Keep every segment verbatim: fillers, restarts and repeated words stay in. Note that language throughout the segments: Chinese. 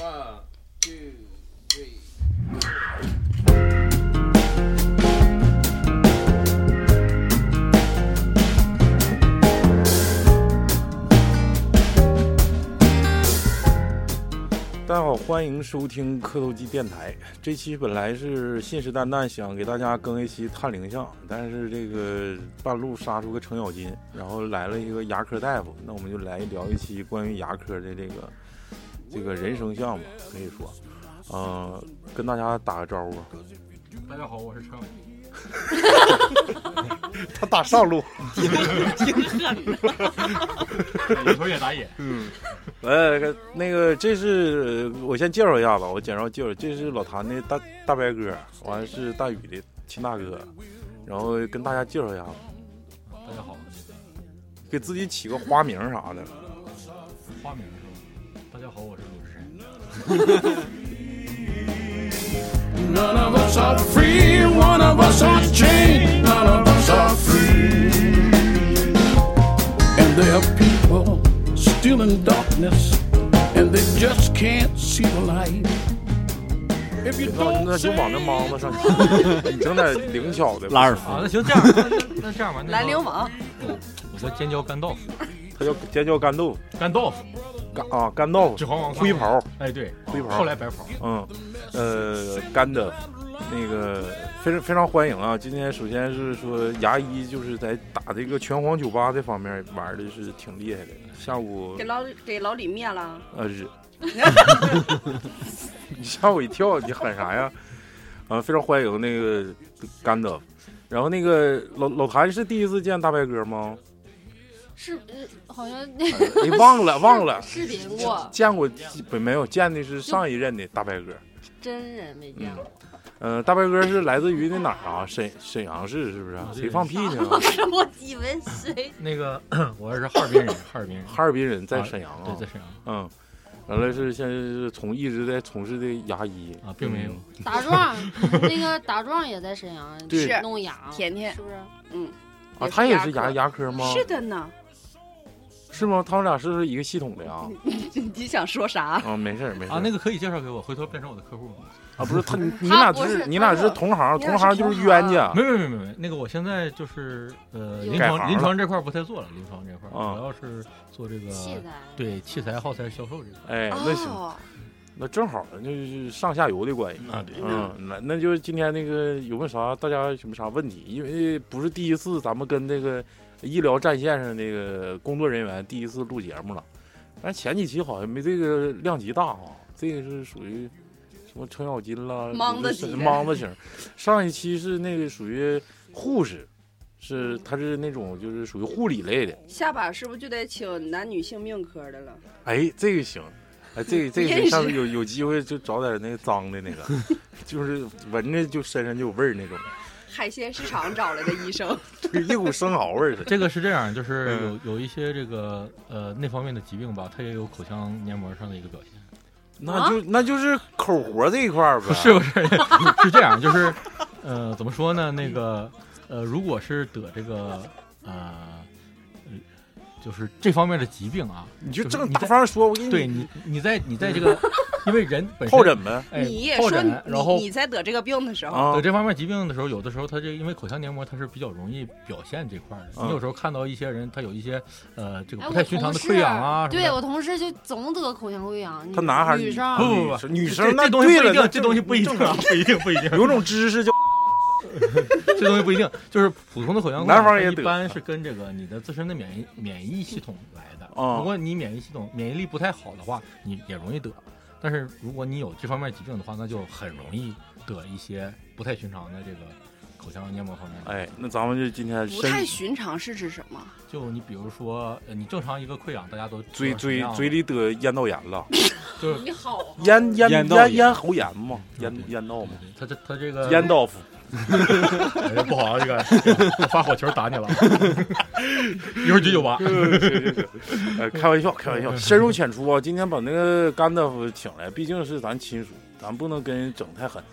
One, two, three. 大家好，欢迎收听磕头机电台。这期本来是信誓旦旦想给大家更一期探灵像，但是这个半路杀出个程咬金，然后来了一个牙科大夫，那我们就来聊一期关于牙科的这个这个人生相吧，可以说，呃，跟大家打个招呼。 大家好，我是程咬金。 他打上路， 挺狠的， 有头也打野。 嗯，呃，那个这是我先介绍一下吧，我简单介绍，这是老谭的大大白哥，完了是大宇的亲大哥，然后跟大家介绍一下。 大家好， 给自己起个花名啥的。 花名是吧？大家好，我是鲁智深。 None of us are free, one of us are chained, none of us are free. And there are people still in darkness, and they just can't see the light. If you don't 那就往那莽子上你整点灵巧的拉尔夫啊，那行这样，那那这样吧， 蓝流氓， 我叫尖椒干豆腐， 他叫尖椒干豆腐， 干豆腐， 干啊干豆腐， 脂肪王灰袍， 哎对， 灰袍， 后来白袍， 嗯，呃，干的，那个非常非常欢迎啊！今天首先是说牙医就是在打这个拳皇酒吧这方面玩的是挺厉害的，下午给老给老李灭了， 呃是，你吓我一跳，你喊啥呀？啊，非常欢迎那个干的，然后那个老老谭是第一次见大白哥吗？ 是呃，好像你、哎、忘了忘了， 视频过， 见过没有？见的是上一任的大白哥， 真人没见过。 嗯、呃，大白哥是来自于那哪儿啊？沈沈阳市是不是？谁放屁呢？ 我以为谁？ 那个我是哈尔滨人，哈尔滨人， 哈尔滨人在沈阳啊， 对，在沈阳。 嗯，完了是现在是从一直在从事的牙医啊，并没有。 打壮那个打壮也在沈阳， 对， 弄牙， 甜甜是不是？ 嗯， 啊，他也是牙牙科吗？ 是的呢。 是吗？他们俩是不是一个系统的呀？ 你想说啥？ 啊，没事没事啊，那个可以介绍给我，回头变成我的客户。 啊，不是他，你俩是你俩是同行，同行就是冤家。 没没没没没，那个我现在就是呃临床临床这块不太做了，临床这块主要是做这个器材， 对器材耗材销售这块。 哎，那行，那正好那就是上下游的关系啊。对， 嗯，那那就是今天那个有没有啥大家有没有啥问题？因为不是第一次咱们跟这个医疗战线上那个工作人员第一次录节目了，但前几期好像没这个量级大啊，这个是属于什么程咬金啦、 莽子型、 莽子型。上一期是那个属于护士，是他是那种就是属于护理类的。 下把是不是就得请男女性命科的了？ 哎，这个行，哎，这个这个下次有有机会就找点那个脏的那个，就是闻着就身上就有味儿那种。 海鲜市场找来的医生， 一股生蚝味儿的。 这个是这样，就是有有一些这个呃那方面的疾病吧，它也有口腔黏膜上的一个表现。 那就、啊、那就是口活这一块儿呗。 不是不是，是这样，就是呃怎么说呢？那个呃，如果是得这个呃。就是这方面的疾病啊， 你就正大方说，我给你。 对你，你在你在这个，因为人本身疱疹呗， 哎， 你也说然后你在得这个病的时候， 啊、得这方面疾病的时候，有的时候他这因为口腔黏膜它是比较容易表现这块的。 嗯、 你有时候看到一些人，他有一些呃这个不太寻常的溃疡啊， 哎、对我同事就总得口腔溃疡。 他男孩女生不不不， 女生那这东西不一定，这东西不一定啊，不一定不一定， 有种知识就。 这东西不一定，就是普通的口腔南方也一般是跟这个你的自身的免疫免疫系统来的。 哦、 如果你免疫系统免疫力不太好的话，你也容易得。但是如果你有这方面疾病的话，那就很容易得一些不太寻常的这个口腔黏膜方面。 哎，那咱们就今天不太寻常是指什么？ 就你比如说，呃，你正常一个溃疡，大家都嘴嘴嘴里得咽道炎了， 就是你好， 咽咽咽咽喉炎嘛，咽咽道嘛， 他这他这个咽道夫。 哎、不好啊，这个发火球打你了，一会儿九九八。 行行行，呃，开玩笑，开玩笑，深入浅出啊。今天把那个甘大夫请来，毕竟是咱亲属，咱不能跟人整太狠。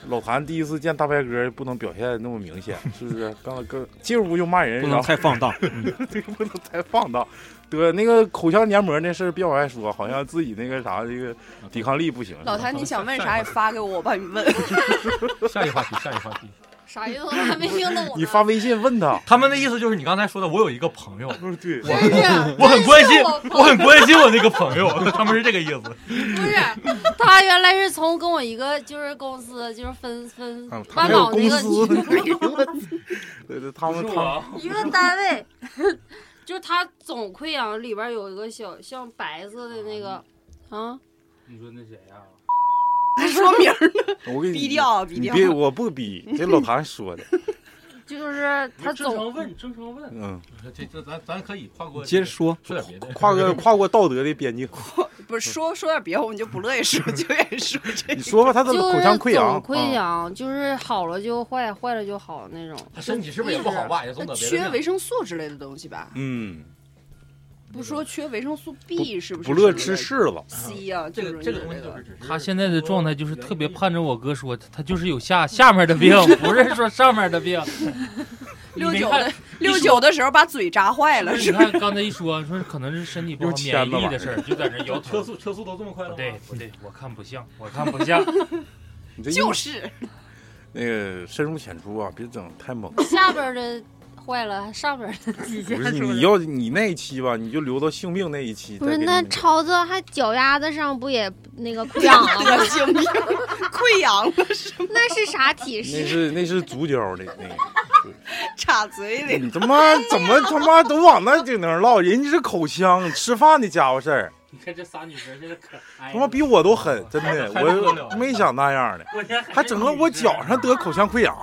老谭第一次见大白哥不能表现那么明显，是不是？刚刚进屋就骂人， 不能太放荡， 这个不能太放荡。对，那个口腔黏膜那事儿别往外说，好像自己那个啥，这个抵抗力不行。 老谭，你想问啥也发给我，我帮你问。 下一个话题，下一个话题。 啥意思？我还没听懂呢。 你发微信问他， 他们的意思就是你刚才说的，我有一个朋友， 对， 不是， 我很关心， 我我很关心我那个朋友，他们是这个意思。 不是，他原来是从跟我一个就是公司就是分分啊、他们有公万宝那个司，对对，他们他一个单位，就是他总溃疡里边有一个小像白色的那个啊。 你说那谁呀、啊？ 还说名呢？ 我给你逼掉，逼掉。 别，我不逼，这老谭说的。 就是他总正常问，正常问。 嗯， 这这咱咱可以跨过。 接着说， 说点别的。 跨过跨过道德的边境。 不是说说点别的，我们就不乐意说，就愿意说这。 你说吧，他的口腔溃疡， 总溃疡就是好了就坏，坏了就好那种。 他身体是不是也不好吧？也总得缺维生素之类的东西吧？ 嗯。 不说缺维生素 B 是不是？ 不乐吃柿子 C 呀， 这个这个东西就是只是他现在的状态就是特别盼着我哥说，他就是有下下面的病，不是说上面的病。 六九的六九的时候把嘴扎坏了， 是？你看刚才一说说可能是身体不好免疫力的事儿，就在那摇车速车速都这么快了吗？ 对不对？我看不像，我看不像， 就是那个深入浅出啊，别整太猛。 下边的。坏了，上边的体现不是你要你那一期吧，你就留到性病那一期。 不是那超子还脚丫子上不也那个溃疡了吗？性病溃疡了是吗？ 那是啥体式？ 那是那是足胶的那个， 插嘴里。 你他妈怎么他妈都往那顶上唠？人家是口腔吃饭的家伙事儿。 你看这仨女生现在可爱， 他妈比我都狠，真的，我没想那样的，还整个我脚上得口腔溃疡。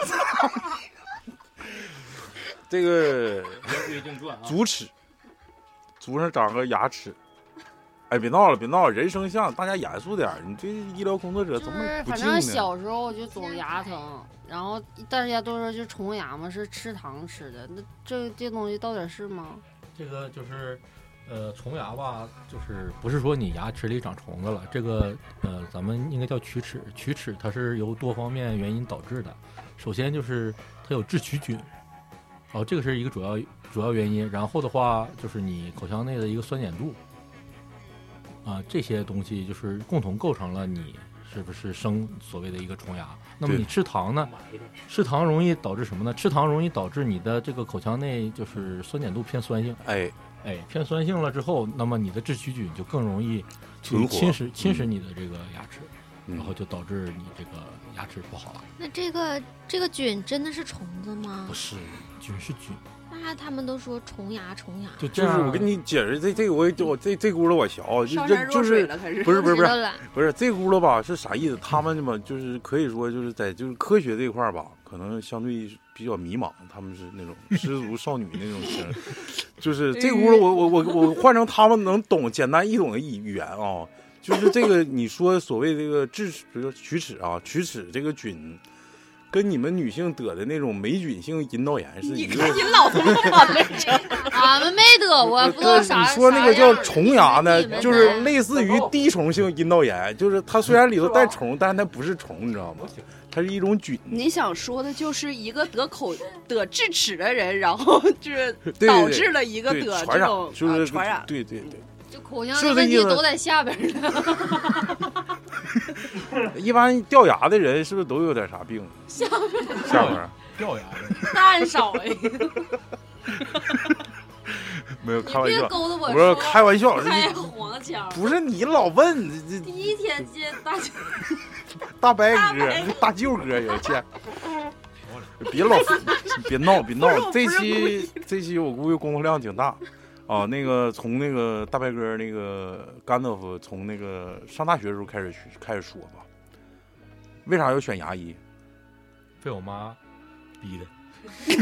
这个足齿，足上长个牙齿。哎，别闹了，别闹了，人生相，大家严肃点。你这医疗工作者怎么不敬呢？ 反正小时候我就总牙疼，然后大家都说就虫牙嘛，是吃糖吃的。那这这东西到底是吗？ 这个就是，呃，虫牙吧，就是不是说你牙齿里长虫子了，这个呃，咱们应该叫龋齿。龋齿它是由多方面原因导致的，首先就是它有致龋菌。哦，这个是一个主要主要原因。然后的话，就是你口腔内的一个酸碱度，啊，这些东西就是共同构成了你是不是生所谓的一个虫牙。那么你吃糖呢？吃糖容易导致什么呢？吃糖容易导致你的这个口腔内就是酸碱度偏酸性。 哎哎，偏酸性了之后，那么你的致龋菌就更容易去侵蚀侵蚀你的这个牙齿。 嗯、 然后就导致你这个牙齿不好了。 那这个这个菌真的是虫子吗？ 不是，菌是菌。 那他们都说虫牙虫牙， 就就是我跟你解释，这这个我我这这轱辘我学，就这就是不是不是不是不是这轱辘吧？是啥意思？他们嘛，就是可以说就是在就是科学这一块吧，可能相对比较迷茫，他们是那种失足少女那种型，就是这轱辘我我我我换成他们能懂简单易懂的语言啊。就是这个，你说所谓这个智齿，比如说龋齿啊，龋齿这个菌，跟你们女性得的那种霉菌性阴道炎是一个。 你老他妈俺们没得过，不知道啥。 你说那个叫虫牙呢，就是类似于滴虫性阴道炎，就是它虽然里头带虫，但是它不是虫，你知道吗？它是一种菌。 你想说的就是一个得口得智齿的人，然后就是导致了一个得这种就是传染。 对对对。 就口腔的问题都在下边呢。 一般掉牙的人是不是都有点啥病？ 下边下边掉牙的蛋少哎。 没有开玩笑， 别勾搭我， 我说开玩笑。 开黄腔。 不是你老问这第一天见大舅， 大白哥、大舅哥也见。别老别闹别闹，这期这期我估计工作量挺大。啊，那个从那个大白哥那个甘道夫从那个上大学的时候开始开始说吧，为啥要选牙医？ 被我妈逼的。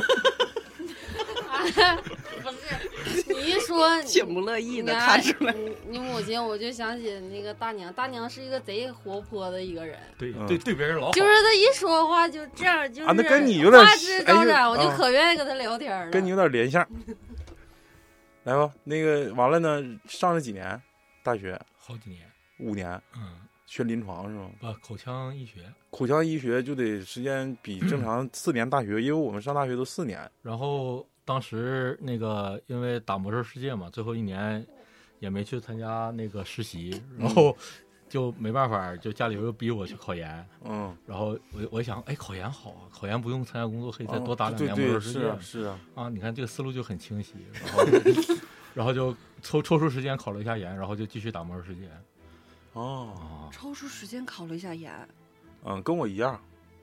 不是，你一说挺不乐意的，看出来。 你, 你母亲，我就想起那个大娘，大娘是一个贼活泼的一个人。 对对对，别人老好。 就是她一说话就这样，就是啊，那跟你有点花枝招展， 哎、 我就可愿意跟她聊天了。 跟你有点联想。来吧，那个完了呢？上了几年大学？ 好几年， 五年。 嗯， 学临床是吗？ 啊，口腔医学。 口腔医学就得时间比正常四年大学，因为我们上大学都四年。 然后当时那个因为打魔兽世界嘛，最后一年也没去参加那个实习，然后就没办法，就家里又逼我去考研。 嗯， 然后我我想，哎，考研好啊，考研不用参加工作，可以再多打两年魔兽世界。 是啊，是啊。 啊，你看这个思路就很清晰。然后然后就抽抽出时间考了一下研，然后就继续打魔兽世界。 哦， 抽出时间考了一下研。 嗯，跟我一样。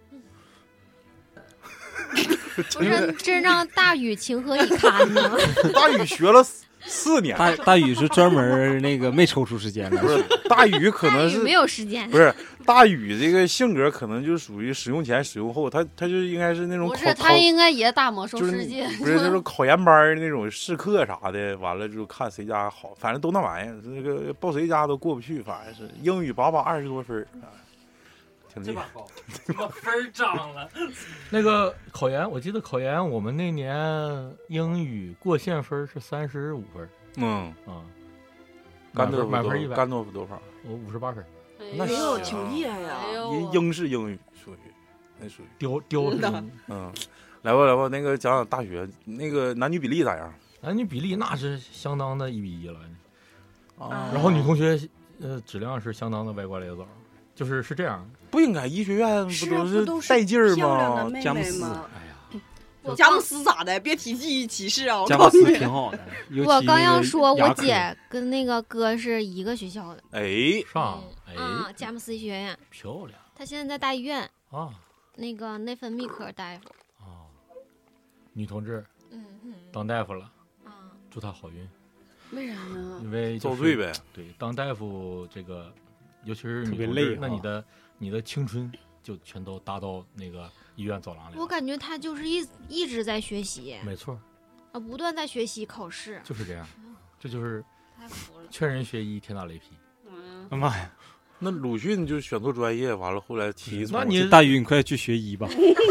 不是，真让大宇情何以堪呢？ 大宇学了四年， 大大宇是专门那个没抽出时间来。 不是，大宇可能是没有时间。 不是，大宇这个性格可能就属于使用前使用后，他他就应该是那种不是，他应该也打魔兽世界， 不是就是考研班那种试课啥的，完了就看谁家好，反正都那玩意儿，这个报谁家都过不去，反正是英语把把二十多分。挺厉害， 这把分儿涨了。 那个考研，我记得考研我们那年英语过线分是三十五分。 嗯啊， 甘豆满分一百， 甘豆腐多少？ 我五十八分。 那呦，挺厉害呀！ 英英式英语属于，那属于雕雕的。 嗯，来吧来吧，那个讲讲大学那个男女比例咋样？ 男女比例那是相当的一比一了。 啊， 然后女同学呃质量是相当的歪瓜裂枣。就是是这样， 不应该医学院不都是带劲儿吗？ 佳木斯， 哎呀，佳木斯咋的？别提记忆歧视啊！ 佳木斯挺好的。 我刚要说，我姐跟那个哥是一个学校的。 哎， 上哎啊，佳木斯医学院， 漂亮。 她现在在大医院啊， 那个内分泌科大夫啊，女同志， 嗯嗯， 当大夫了啊， 祝她好运。 为啥呢？ 因为遭罪呗。 对，当大夫这个。尤其是特别累， 那你的你的青春就全都搭到那个医院走廊里。 我感觉他就是一一直在学习， 没错， 啊，不断在学习考试， 就是这样，这就是太服了， 劝人学医，天打雷劈。 嗯， 妈呀， 那鲁迅就选错专业，完了后来提， 那你大宇，你快去学医吧。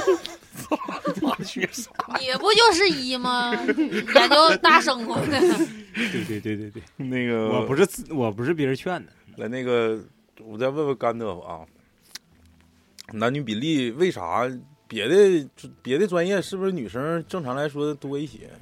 学啥？ 你不就是医吗？研究大生活的。 对对对对对， 那个我不是我不是别人劝的。 来，那个我再问问甘豆腐啊，男女比例为啥别的别的专业是不是女生正常来说多一些？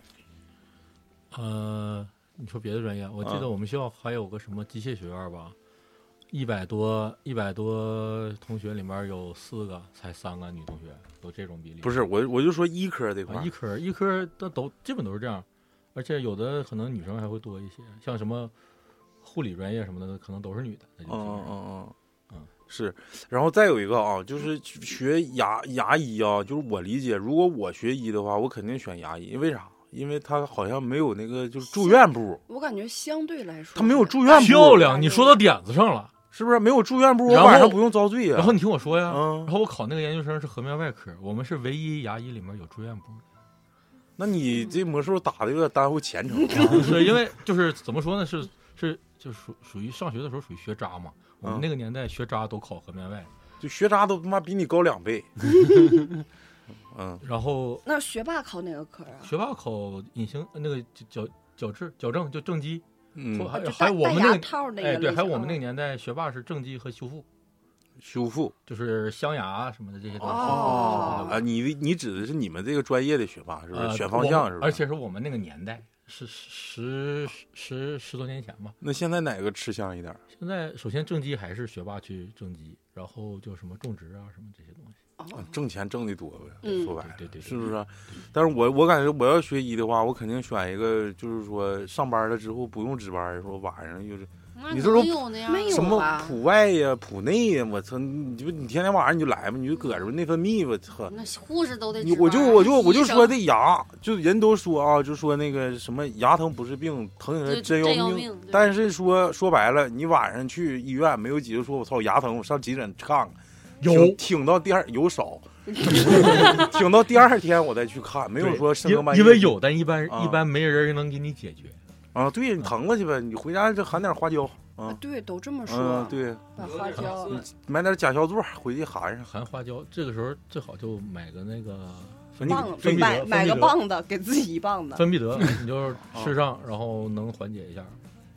呃，你说别的专业，我记得我们学校还有个什么机械学院吧，一百多一百多同学里面有四个才三个女同学，有这种比例。 不是我我就说医科这块， 啊、医科医科的都基本都是这样，而且有的可能女生还会多一些，像什么护理专业什么的，可能都是女的。嗯嗯嗯嗯，是。然后再有一个啊，就是学牙牙医啊，就是我理解，如果我学医的话，我肯定选牙医，为啥？因为他好像没有那个就是住院部。 我感觉相对来说， 他没有住院部。 漂亮，你说到点子上了。 是不是没有住院部？我晚上不用遭罪呀、啊。 然后你听我说呀， 嗯， 然后我考那个研究生是颌面外科，我们是唯一牙医里面有住院部。 那你这魔兽打的有点耽误前程、 啊。是因为就是怎么说呢？是是就属属于上学的时候属于学渣嘛。我们那个年代学渣都考颌面外， 就学渣都他妈比你高两倍。嗯， 然后那学霸考哪个科啊？ 学霸考隐形那个矫矫治矫正就正畸。 嗯， 还还有我们那个哎，对，还有我们那个年代，学霸是正畸和修复， 修复就是镶牙什么的这些东西。 哦啊，你你指的是你们这个专业的学霸是不是？呃、选方向是吧？ 而且是我们那个年代，是十十十多年前吧。 那现在哪个吃香一点？ 现在首先正畸还是学霸去正畸，然后就什么种植啊什么这些东西。 啊、挣钱挣的多呗， 嗯、 说白了， 对对对， 是不是？但是我我感觉我要学医的话，我肯定选一个，就是说上班了之后不用值班，说晚上就是，你说说什么普外呀、普内呀，我操，你就你天天晚上你就来吧，你就搁着内分泌吧，操， 那护士都得你我就我就我就说这牙，就人都说啊，就说那个什么牙疼不是病，疼起来真要命。但是说说白了，你晚上去医院没有几个说我操牙疼，我上急诊看看。 有挺到第二有少，挺到第二天我再去看，没有说深更半夜。 因为有，但一般、啊、一般没人能给你解决。 啊，对你疼过去呗，你回家就含点花椒。啊， 对，都这么说。 嗯，对， 把花椒买点甲硝唑回去含上。 含花椒，这个时候最好就买个那个棒子，买买个棒子，给自己一棒子。 芬必得，你就吃上，然后能缓解一下。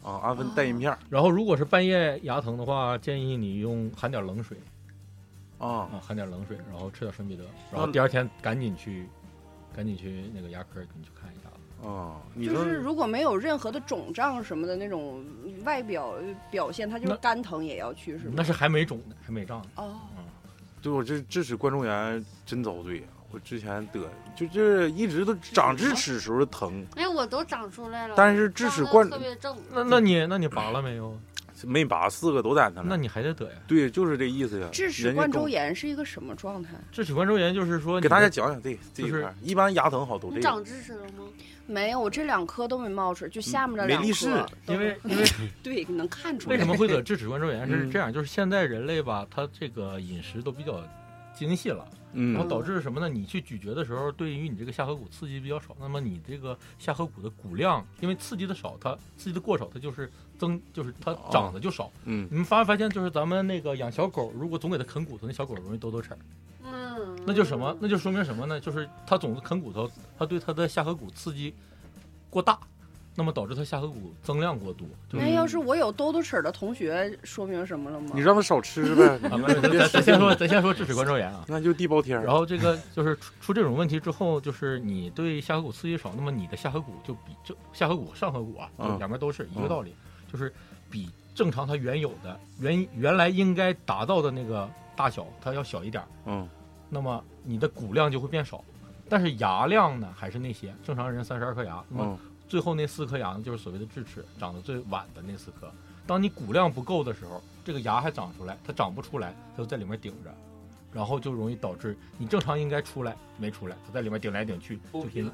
啊，安芬代银片。 然后如果是半夜牙疼的话，建议你用含点冷水啊啊，含点冷水，然后吃点顺必得，然后第二天赶紧去，赶紧去那个牙科你去看一下。 啊， 就是如果没有任何的肿胀什么的那种外表表现，它就是干疼也要去是吗？ 那是还没肿呢，还没胀呢。 哦， 嗯， 对我这智齿冠状炎真遭罪。我之前得就这一直都长智齿时候疼， 哎，我都长出来了， 但是智齿冠特别正。 那那你那你拔了没有？ 没拔，四个都在那了。 那你还得得呀？ 对，就是这意思呀。 智齿冠周炎是一个什么状态？ 智齿冠周炎就是说， 给大家讲讲这这一块。 就是一般牙疼好都这个。 你长智齿了吗？ 没有，我这两颗都没冒出来，就下面的两颗。 没力士， 因为因为对能看出来。 为什么会得智齿冠周炎是嗯这样？就是现在人类吧，他这个饮食都比较精细了。 嗯， 然后导致什么呢？你去咀嚼的时候，对于你这个下颌骨刺激比较少，那么你这个下颌骨的骨量，因为刺激的少，它刺激的过少，它就是增，就是它长得就少。 嗯， 你们发没发现，就是咱们那个养小狗，如果总给它啃骨头，那小狗容易兜兜齿儿。 嗯， 那就什么？那就说明什么呢？就是它总是啃骨头，它对它的下颌骨刺激过大。那么导致它下颌骨增量过多。 那要是我有兜兜齿的同学，说明什么了吗？ 你让他少吃呗。 啊，咱咱先说，咱先说智齿冠周炎啊， 那就地包天。 然后这个就是出出这种问题之后，就是你对下颌骨刺激少，那么你的下颌骨就比这下颌骨、上颌骨啊， 嗯、 两边都是一个道理，嗯、就是比正常它原有的原原来应该达到的那个大小，它要小一点。 嗯， 那么你的骨量就会变少，但是牙量呢还是那些，正常人三十二颗牙，那么。 嗯最后那四颗牙呢，就是所谓的智齿，长得最晚的那四颗。当你骨量不够的时候，这个牙还长出来，它长不出来，它就在里面顶着，然后就容易导致你正常应该出来没出来，它在里面顶来顶去，就拼。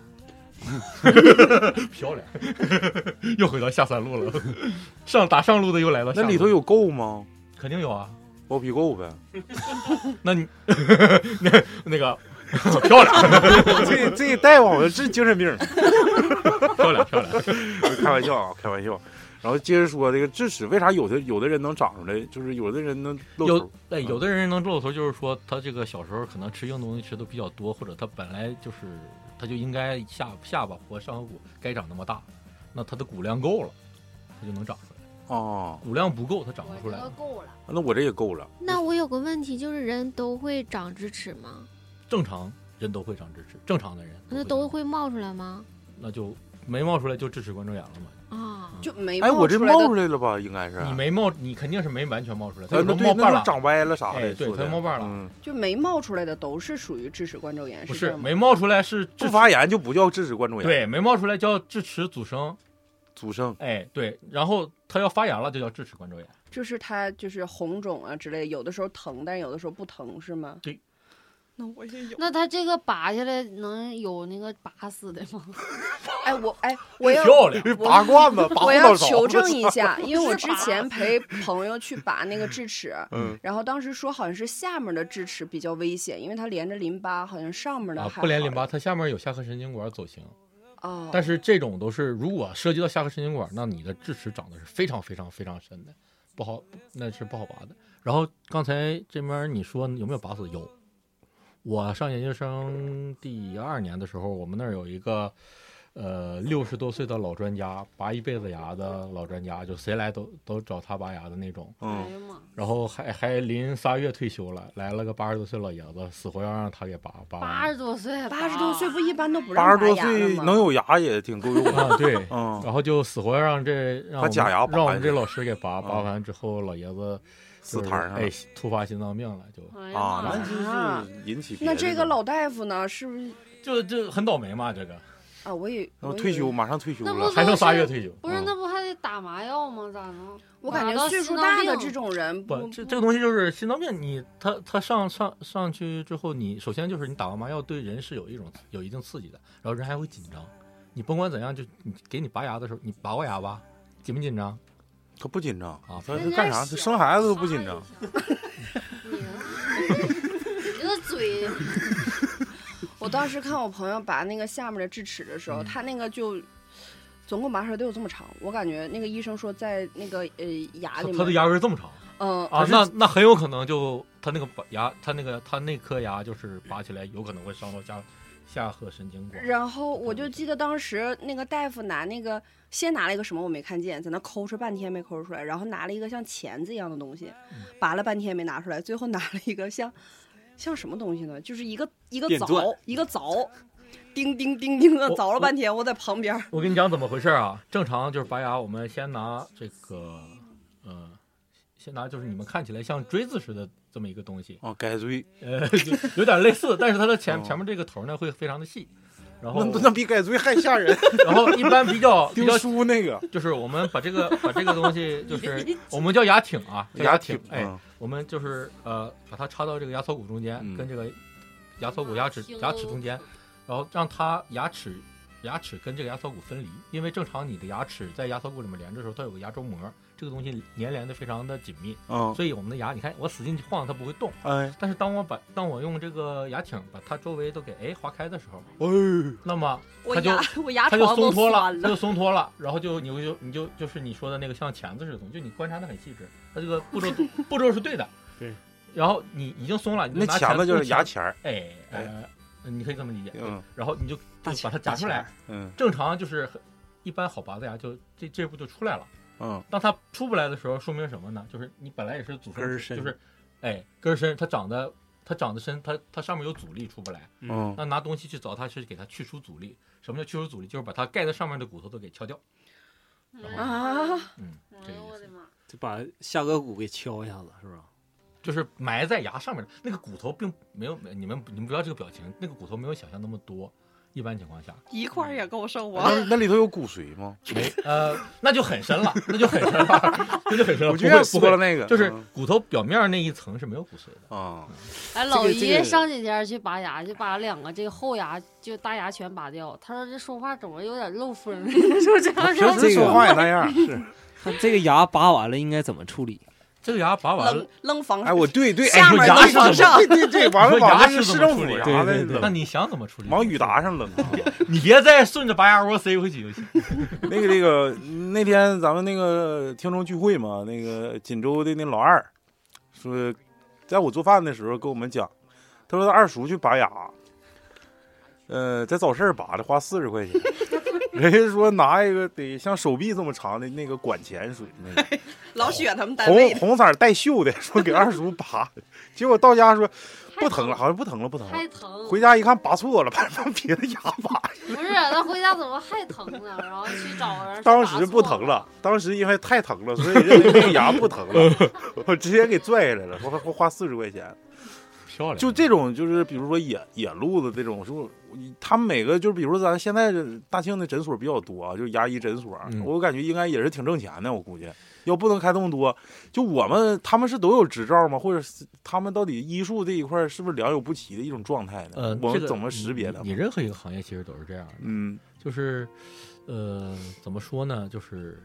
漂亮，又回到下三路了，上打上路的又来到下路。 那里头有垢吗？ 肯定有啊， 包皮垢呗。 那你那那个。漂亮， 这这大夫好像是精神病。 漂亮漂亮， 开玩笑啊，开玩笑。然后接着说这个智齿，为啥有的有的人能长出来，就是有的人能露头？ 有哎，有的人能露头，就是说他这个小时候可能吃硬东西吃的比较多，或者他本来就是他就应该下下巴或上颌骨该长那么大，那他的骨量够了，他就能长出来。 哦， 骨量不够，他长不出来。 够了。 那我这也够了。 那我有个问题，就是人都会长智齿吗？ 正常人都会长智齿，正常的人那都会冒出来吗？ 那就没冒出来就智齿冠周炎了嘛。 啊， 就没哎，我这冒出来了吧？应该是你没冒，你肯定是没完全冒出来，它有时候冒瓣了， 长歪了啥的。 哎、对，它冒瓣了、 嗯， 就没冒出来的都是属于智齿冠周炎， 不是没冒出来是不发炎就不叫智齿冠周炎。 对，没冒出来叫智齿阻生。 阻生， 哎，对，然后它要发炎了就叫智齿冠周炎。 就是它就是红肿啊之类，有的时候疼，但有的时候不疼，是吗？ 对。 那我也有。 那他这个拔下来能有那个拔死的吗？ 哎，我哎，我要漂亮， 拔罐子，拔我要求证一下，因为我之前陪朋友去拔那个智齿， 嗯， 然后当时说好像是下面的智齿比较危险，因为它连着淋巴，好像上面的还好、 啊、不连淋巴，它下面有下颌神经管走形。 哦， 但是这种都是如果涉及到下颌神经管，那你的智齿长得是非常非常非常深的，不好，那是不好拔的。然后刚才这边你说有没有拔死？有。我上研究生第二年的时候，我们那儿有一个，呃，六十多岁的老专家，拔一辈子牙的老专家，就谁来都都找他拔牙的那种。 嗯。 然后还还临仨月退休了，来了个八十多岁老爷子，死活要让他给拔拔。 八十多岁， 八十多岁不一般都不让拔牙。八十多岁能有牙也挺够用的啊。对， 嗯。 然后就死活要让这让他假牙拔， 让我们这老师给拔，拔完之后老爷子。 死摊上了， 哎，突发心脏病了，就啊，那就是引起。 那这个老大夫呢，是不是就就很倒霉嘛？这个啊，我也我退休，马上退休了， 还剩仨月退休。 不是，那不还得打麻药吗？咋能？ 我感觉岁数大的这种人不，这这个东西就是心脏病，你他他上上上去之后，你首先就是你打完麻药对人是有一种有一定刺激的，然后人还会紧张。你甭管怎样，就你给你拔牙的时候，你拔过牙吧，紧不紧张？ 他不紧张啊， 他是干啥？他生孩子都不紧张。 你这个嘴！ 我当时看我朋友拔那个下面的智齿的时候，嗯、他那个就总共拔出来都有这么长。我感觉那个医生说在那个呃牙里面， 他的牙根这么长。 嗯啊，那那很有可能就他那个牙，他那个他那颗牙就是拔起来，有可能会伤到下下颌神经管。 然后我就记得当时那个大夫拿那个，先拿了一个什么我没看见，在那抠哧半天没抠出来，然后拿了一个像钳子一样的东西，拔了半天没拿出来，最后拿了一个像像什么东西呢？就是一个一个凿，一个凿，叮叮叮叮的凿了半天，我在旁边。 我跟你讲怎么回事啊？正常就是拔牙，我们先拿这个，呃，先拿就是你们看起来像锥子似的这么一个东西哦，改锥， 呃，有点类似，但是它的前、哦、前面这个头呢会非常的细。然后那那比改锥还吓人。 然后一般比较丢书那个， 就是我们把这个把这个东西，就是我们叫牙挺啊， 牙挺， 哎，嗯、我们就是呃把它插到这个牙槽骨中间，嗯、跟这个牙槽骨牙齿牙齿中间，然后让它牙齿牙齿跟这个牙槽骨分离，因为正常你的牙齿在牙槽骨里面连着的时候，它有个牙周膜，这个东西粘连的非常的紧密， 嗯， 所以我们的牙，你看我使劲晃它不会动， 哎， 但是当我把当我用这个牙挺把它周围都给哎划开的时候， 哎， 那么它就我牙它就松脱了，它就松脱了，然后就你就你就就是你说的那个像钳子似的东西，就你观察的很细致，它这个步骤步骤是对的， 对， 然后你已经松了，你那钳子就是牙签儿， 哎呃，你可以这么理解， 嗯， 然后你就就把它夹出来， 嗯， 正常就是一般好拔的牙就这这步就出来了。 嗯， 当它出不来的时候，说明什么呢？就是你本来也是祖根深， 就是，哎，根深，它长得它长得深，它它上面有阻力出不来。 嗯， 那拿东西去找它，是给它去除阻力。什么叫去除阻力？就是把它盖在上面的骨头都给敲掉。 啊， 嗯，这个我的妈， 就把下颌骨给敲一下子，是吧？ 就是埋在牙上面的那个骨头，并没有你们你们不要这个表情，那个骨头没有想象那么多。一般情况下， 一块也够受啊！ 那那里头有骨髓吗？ 没，呃，那就很深了，那就很深了，那就很深了。 我就说了那个， 就是骨头表面那一层是没有骨髓的啊。 哎，老姨上几天去拔牙，就把两个这个后牙就大牙全拔掉。他说这说话怎么有点漏风？就这样说，平时说话也那样。是， 他这个牙拔完了应该怎么处理？ 这个牙拔完了， 扔房哎，我对对， 下面牙是往上， 对对对，完了往那个市政府牙的，那你想怎么处理？ 往雨达上扔， 你别再顺着拔牙窝塞回去就行。 那个那个那天咱们那个听众聚会嘛，那个锦州的那老二说，在我做饭的时候跟我们讲，他说他二叔去拔牙，呃，在早市拔的，花四十块钱。人家说拿一个得像手臂这么长的那个管钳属于那个， 老雪他们单位红红色带锈的，说给二叔拔，结果到家说不疼了，好像不疼了，不疼了， 还疼。 回家一看拔错了，把别的牙拔。 不是，他回家怎么还疼呢？然后去找人。 当时不疼了，当时因为太疼了，所以认为那个牙不疼了，我直接给拽下来了，花花四十块钱。 漂亮， 就这种，就是比如说野野路子这种，是不？他们每个就是，比如说咱现在大庆的诊所比较多啊，就是牙医诊所， 嗯、 我感觉应该也是挺挣钱的。我估计要不能开这么多，就我们他们是都有执照吗？或者是他们到底医术这一块是不是良莠不齐的一种状态呢？ 呃， 我们怎么识别的、 你？你任何一个行业其实都是这样的， 嗯， 就是呃，怎么说呢？就是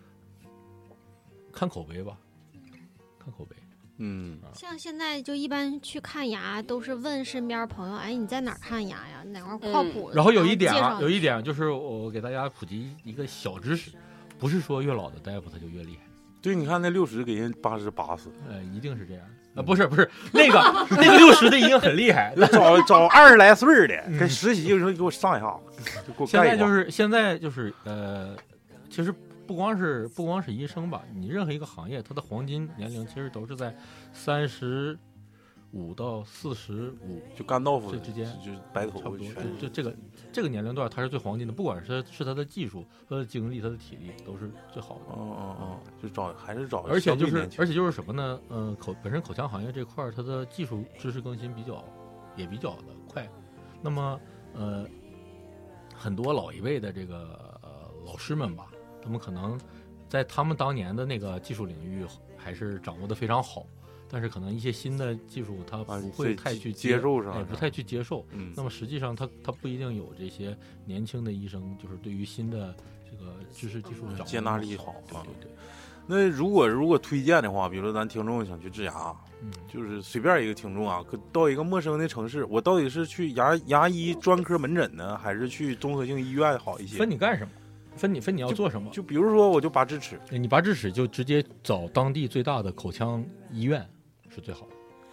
看口碑吧，看口碑。 嗯， 像现在就一般去看牙都是问身边朋友，哎，你在哪儿看牙呀？哪块靠谱、嗯？ 然后有一点啊，有一点就是我给大家普及一个小知识，不是说越老的大夫他就越厉害。 对，你看那六十给人八十拔死， 呃，一定是这样。啊，不是不是，那个那个六十的已经很厉害， 找找二十来岁的跟实习的时候给我上一下子，就给我现在就是现在就是呃，其实。不光是不光是医生吧，你任何一个行业，它的黄金年龄其实都是在三十五到四十五， 就干豆腐这之间， 就是白头差不多。就这个这个年龄段，它是最黄金的，不管是是他的技术、他的精力、他的体力，都是最好的。 哦哦哦，就找还是找， 而且就是而且就是什么呢？嗯、呃，口本身口腔行业这块，它的技术知识更新比较也比较的快。那么呃，很多老一辈的这个、呃、老师们吧。他们可能在他们当年的那个技术领域还是掌握的非常好，但是可能一些新的技术他不会太去接受上， 哎，不太去接受。 嗯， 那么实际上他他不一定有这些年轻的医生，就是对于新的这个知识技术掌握接纳力好啊。对对对。 那如果如果推荐的话，比如说咱听众想去治牙， 嗯， 就是随便一个听众啊，到一个陌生的城市，我到底是去牙牙医专科门诊呢，还是去综合性医院好一些？ 分你干什么？分你分你要做什么？ 就比如说，我就拔智齿， 你拔智齿就直接找当地最大的口腔医院是最好的。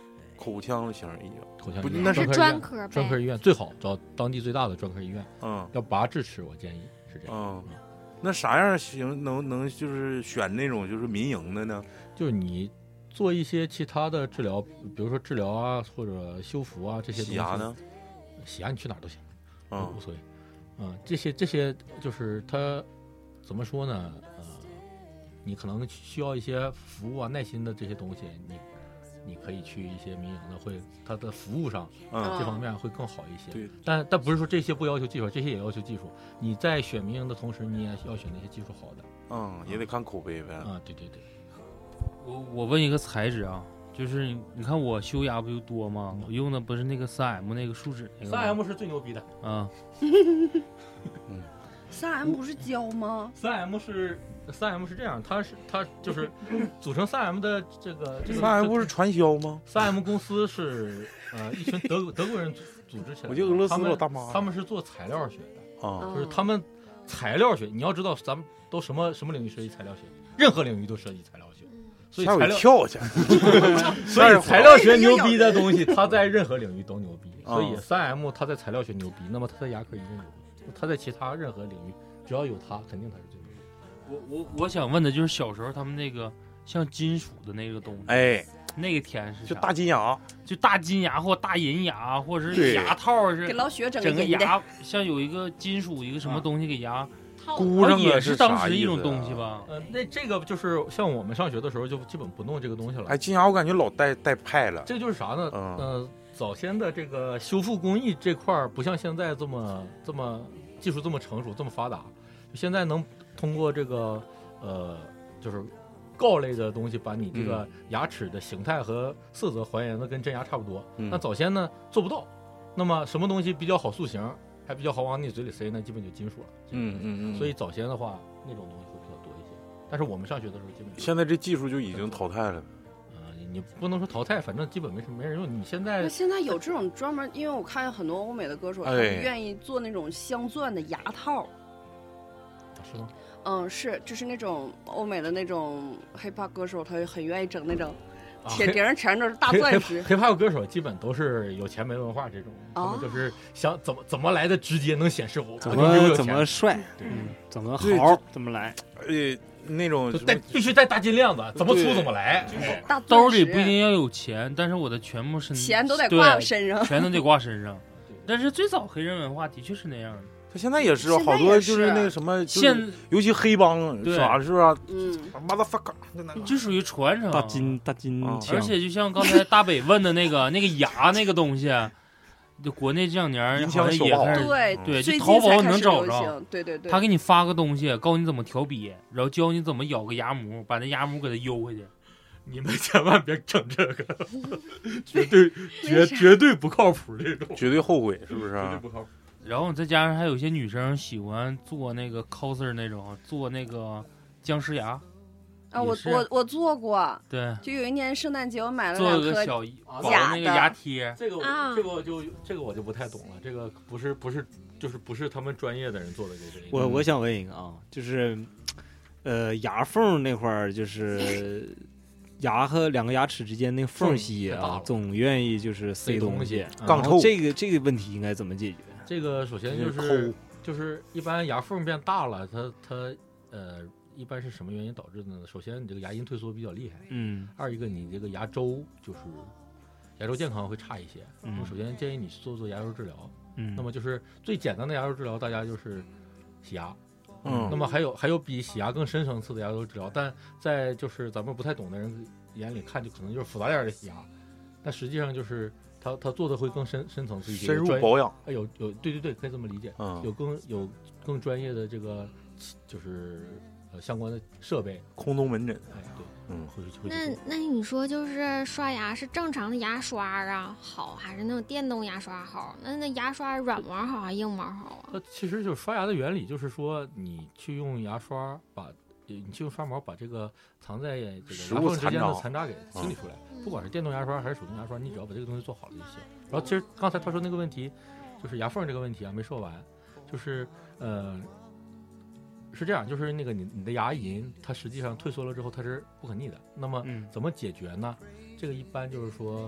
口腔型医院， 口腔不那是医院专专科呗专科医院最好找当地最大的专科医院。 嗯， 要拔智齿，我建议是这样。 嗯，那啥样行能能就是选那种就是民营的呢？ 就是你做一些其他的治疗，比如说治疗啊或者修复啊这些东西。 洗牙呢？ 洗牙你去哪儿都行， 嗯， 无所谓。嗯，这些这些就是它怎么说呢？呃，你可能需要一些服务啊、耐心的这些东西，你你可以去一些民营的，会它的服务上、 嗯、 这方面会更好一些。 对， 但但不是说这些不要求技术，这些也要求技术。你在选民营的同时，你也要选那些技术好的。 嗯，也得看口碑呗。 啊、嗯，对对对。 我我问一个材质啊。就是你看我修牙不就多吗？我用的不是那个三 M 那个树脂那个。 三 M 是最牛逼的啊。 嗯，三 M 不是胶吗？ 三 M 是三 M 是这样，它是它就是组成三 M 的这个这个。 三 M 不是传销吗？ 三 M 公司是呃一群德德国人组织起来的。 我记得俄罗斯老大妈。 他们是做材料学的啊， 就是他们材料学，你要知道咱们都什么什么领域涉及材料学，任何领域都涉及材料学。所以材料跳去， 所以材料学牛逼的东西，它在任何领域都牛逼。所以三 M 它在材料学牛逼，那么它在牙科一定牛逼。它在其他任何领域，只要有它，肯定它是最牛逼。 我我我想问的就是小时候他们那个像金属的那个东西， 哎， 那个甜是就大金牙， 就大金牙或大银牙，或者是牙套是给老雪整整个牙像有一个金属一个什么东西给牙。 箍上也是当时一种东西吧？ 呃，那这个就是像我们上学的时候就基本不弄这个东西了。 哎，金牙我感觉老带带派了。 这个就是啥呢？ 嗯、 呃，早先的这个修复工艺这块不像现在这么这么技术这么成熟这么发达。现在能通过这个呃，就是膏类的东西，把你这个牙齿的形态和色泽还原的跟真牙差不多。 嗯、 那早先呢做不到。那么什么东西比较好塑形？还比较好往你嘴里塞，那基本就金属了。 嗯嗯嗯。 所以早先的话，那种东西会比较多一些。但是我们上学的时候，基本现在这技术就已经淘汰了。 呃，你不能说淘汰，反正基本没什么没人用。你现在现在有这种专门，因为我看很多欧美的歌手，他们愿意做那种镶钻的牙套。 是吗？ 嗯，是，就是那种欧美的那种 hiphop 歌手，他很愿意整那种。铁钉上全都是大钻石。 黑怕歌手基本都是有钱没文化这种，他们就是想怎么怎么来的直接能显示我怎么怎么帅，嗯，怎么好怎么来， 呃，那种带必须带大金链子，怎么粗怎么来。 兜里不一定要有钱，但是我的全部是钱都得挂身上， 全都得挂身上。但是最早黑人文化的确是那样的。 他现在也是，好多就是那个什么， 现尤其黑帮啥是吧？ 嗯， 妈的 fuck， 就属于传承。 大金大金， 而且就像刚才大北问的那个那个牙那个东西，就国内这两年好像也开始对对，就淘宝能找着，对对对， 他给你发个东西，告诉你怎么调笔，然后教你怎么咬个牙模，把那牙模给它悠回去。 你们千万别整这个，绝对绝绝对不靠谱，这种绝对后悔，是不是？ 绝对不靠谱。 然后再加上还有些女生喜欢做那个 coser 那种，做那个僵尸牙。 啊，我我我做过。 对。 就有一年圣诞节，我买了两颗小假的那个牙贴。 这个我、啊、这个我就这个我就不太懂了，这个不是不是就是不是他们专业的人做的这个。 我我想问一个啊，就是呃牙缝那块儿，就是牙和两个牙齿之间那缝隙啊，总愿意就是塞东西， 杠臭。 这个这个问题应该怎么解决？ 这个首先就是就是一般牙缝变大了，它它呃一般是什么原因导致的呢？首先你这个牙龈退缩比较厉害， 嗯， 二一个你这个牙周就是牙周健康会差一些。嗯，首先建议你做做牙周治疗。 嗯， 那么就是最简单的牙周治疗，大家就是洗牙。 嗯， 那么还有还有比洗牙更深层次的牙周治疗，但在就是咱们不太懂的人眼里看，就可能就是复杂点的洗牙，但实际上就是他他做的会更深深层次一些， 深入保养。 哎，有有对对对，可以这么理解。 嗯， 有更有更专业的这个就是呃相关的设备， 空中门诊。 哎，对， 嗯， 会会。 那那你说就是刷牙是正常的牙刷啊好，还是那种电动牙刷好？那那牙刷软膜好还是硬膜好啊？ 那其实就是刷牙的原理，就是说你去用牙刷把。你去用刷毛把这个藏在这个牙缝之间的残渣给清理出来，不管是电动牙刷还是手动牙刷，你只要把这个东西做好了就行。然后其实刚才他说那个问题，就是牙缝这个问题啊没说完，就是呃是这样，就是那个你你的牙龈它实际上退缩了之后它是不可逆的，那么怎么解决呢？这个一般就是说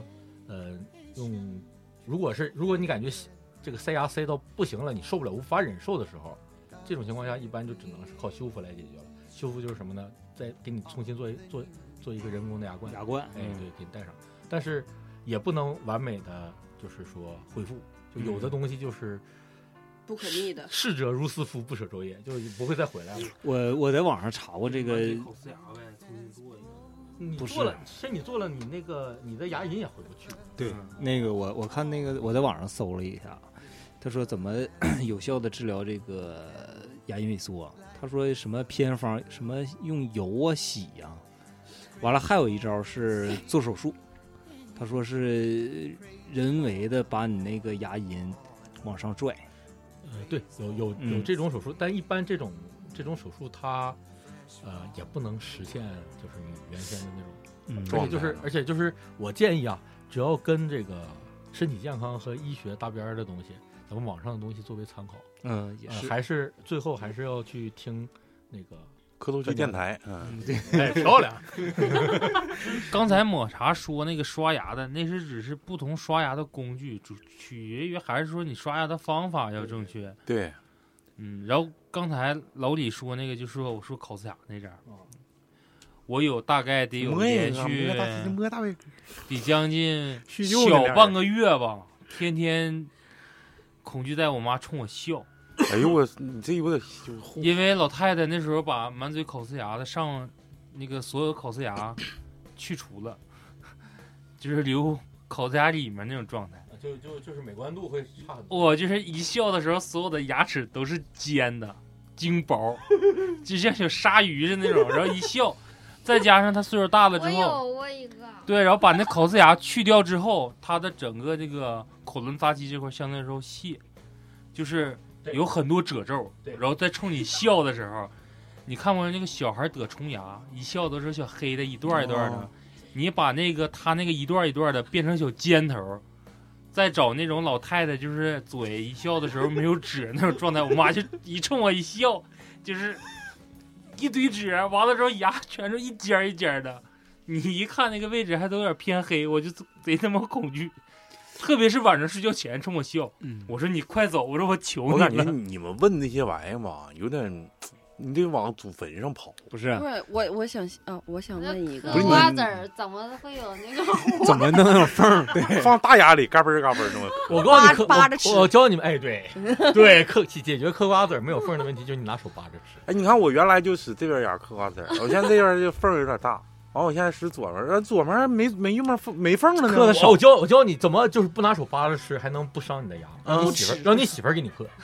呃，用如果是如果你感觉这个塞牙塞到不行了，你受不了无法忍受的时候，这种情况下一般就只能是靠修复来解决了。修复就是什么呢？再给你重新做一做做一个人工的牙冠， 牙冠， 哎，对，给你戴上，但是也不能完美的就是说恢复，就有的东西就是。 不可逆的， 逝者如斯夫，不舍昼夜，就不会再回来了。 我我在网上查过这个， 口呲牙呗，重新做一个。 你做了，其实你做了，你那个你的牙龈也回不去。 对，那个我我看那个我在网上搜了一下，他说怎么有效的治疗这个牙龈萎缩？他说什么偏方，什么用油啊洗呀、啊，完了还有一招是做手术。他说是人为的把你那个牙龈往上拽。 呃，对，有有有这种手术，嗯、但一般这种这种手术它，呃，也不能实现就是你原先的那种，嗯，而且就是而且就是我建议啊，只要跟这个身体健康和医学搭边的东西，咱们网上的东西作为参考， 嗯，也是， 呃、还是最后还是要去听那个磕头机电台，嗯， 对，哎，漂亮。 刚才抹茶说那个刷牙的，那是只是不同刷牙的工具，主取决于还是说你刷牙的方法要正确。 对， 嗯，然后刚才老李说那个，就说我说口呲牙那阵儿，我有大概得有连续得将近小半个月吧，天天恐惧带我妈冲我笑。 哎呦我，你这有点， 因为老太太那时候把满嘴口呲牙的上那个所有口呲牙去除了，就是留口呲牙里面那种状态， 就就就是美观度会差很多。 我就是一笑的时候，所有的牙齿都是尖的、精薄，就像小鲨鱼似的那种。然后一笑，再加上他岁数大了之后， 我有过一个， 对，然后把那口呲牙去掉之后，他的整个这个口轮匝肌这块相对来说细，就是有很多褶皱，然后在冲你笑的时候，你看过那个小孩得虫牙，一笑都是小黑的一段一段的，哦、你把那个他那个一段一段的变成小尖头，再找那种老太太，就是嘴一笑的时候没有褶那种状态，我妈就一冲我一笑，就是一堆褶，完了之后牙全是一尖一尖的，你一看那个位置还都有点偏黑，我就贼他妈恐惧。特别是晚上睡觉前冲我笑，嗯，我说你快走，我说我求你了。 我感觉你们问那些玩意儿吧，有点，你得往祖坟上跑。 不是， 不是我，我想啊，我想问一个， 嗑瓜子儿怎么会有那个？ 怎么能有缝？对， 放大牙里，嘎嘣嘎嘣那么。 我告诉你，嗑扒着吃。 我教你们，哎，对对，嗑解决嗑瓜子儿没有缝的问题，就是你拿手扒着吃。 哎，你看我原来就使这边牙嗑瓜子儿，我现在这边这缝有点大。完，我现在使左面，左面没没用面缝没缝了呢。 嗑的少，我教我教你怎么就是不拿手扒着吃，还能不伤你的牙。让你媳妇让你媳妇给你嗑。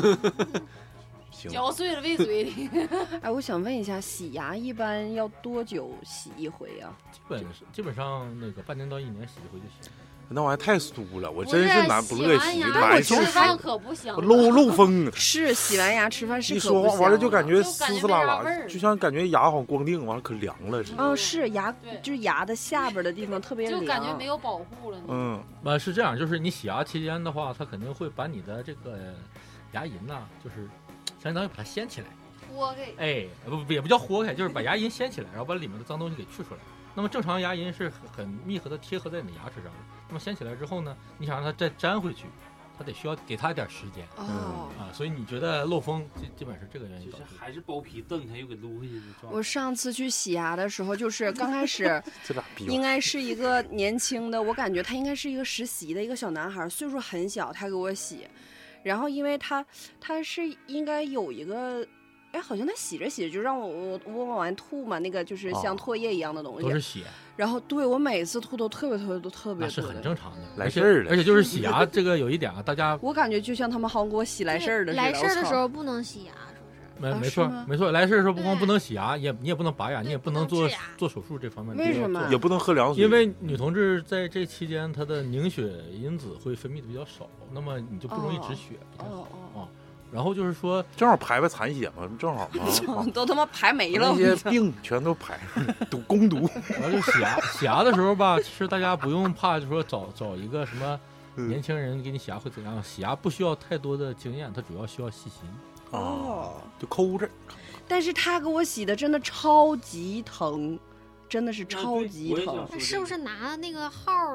嚼碎了喂嘴里。 哎，我想问一下，洗牙一般要多久洗一回啊？ 基本基本上那个半年到一年洗一回就行。 那玩意儿太酥了，我真是难不乐洗， 难受死，可不行， 漏漏风。 是洗完牙吃饭是一说话完了就感觉丝丝拉拉，就像感觉牙好像光腚，完了可凉了似的。 哦，是牙，就是牙的下边的地方特别凉， 就感觉没有保护了。 嗯， 呃，是这样，就是你洗牙期间的话，它肯定会把你的这个牙龈呐，就是相当于把它掀起来， 豁开。 哎，不也不叫豁开，就是把牙龈掀起来，然后把里面的脏东西给去出来。那么正常牙龈是很密合的贴合在你的牙齿上的。那么掀起来之后呢，你想让它再粘回去，它得需要给它一点时间。 哦， 啊，所以你觉得漏风基基本是这个原因导致。 还是包皮蹬开又给撸回去的状态。 我上次去洗牙的时候，就是刚开始应该是一个年轻的，我感觉他应该是一个实习的一个小男孩，岁数很小，他给我洗。然后因为他他是应该有一个。哎，好像他洗着洗着就让我我我往外吐嘛，那个就是像唾液一样的东西， 都是血。 然后对我每次吐都特别特别多，特别多， 那是很正常的， 来事儿了。 而且就是洗牙这个有一点啊，大家我感觉就像他们好像给我洗来事儿的似的。 来事儿的时候不能洗牙，是不是？没没错没错，来事儿的时候不光不能洗牙，也你也不能拔牙，你也不能做做手术这方面。 为什么？ 也不能喝凉水， 因为女同志在这期间她的凝血因子会分泌的比较少，那么你就不容易止血。 哦哦。 然后就是说， 正好排排残血嘛，正好嘛， 都他妈排没了， 那些病全都排毒攻毒。 然后就洗牙，洗牙的时候吧，其实大家不用怕，就说找找一个什么年轻人给你洗牙会怎样？洗牙不需要太多的经验，它主要需要细心。 哦，就抠着。 但是他给我洗的真的超级疼，真的是超级疼。 他是不是拿那个号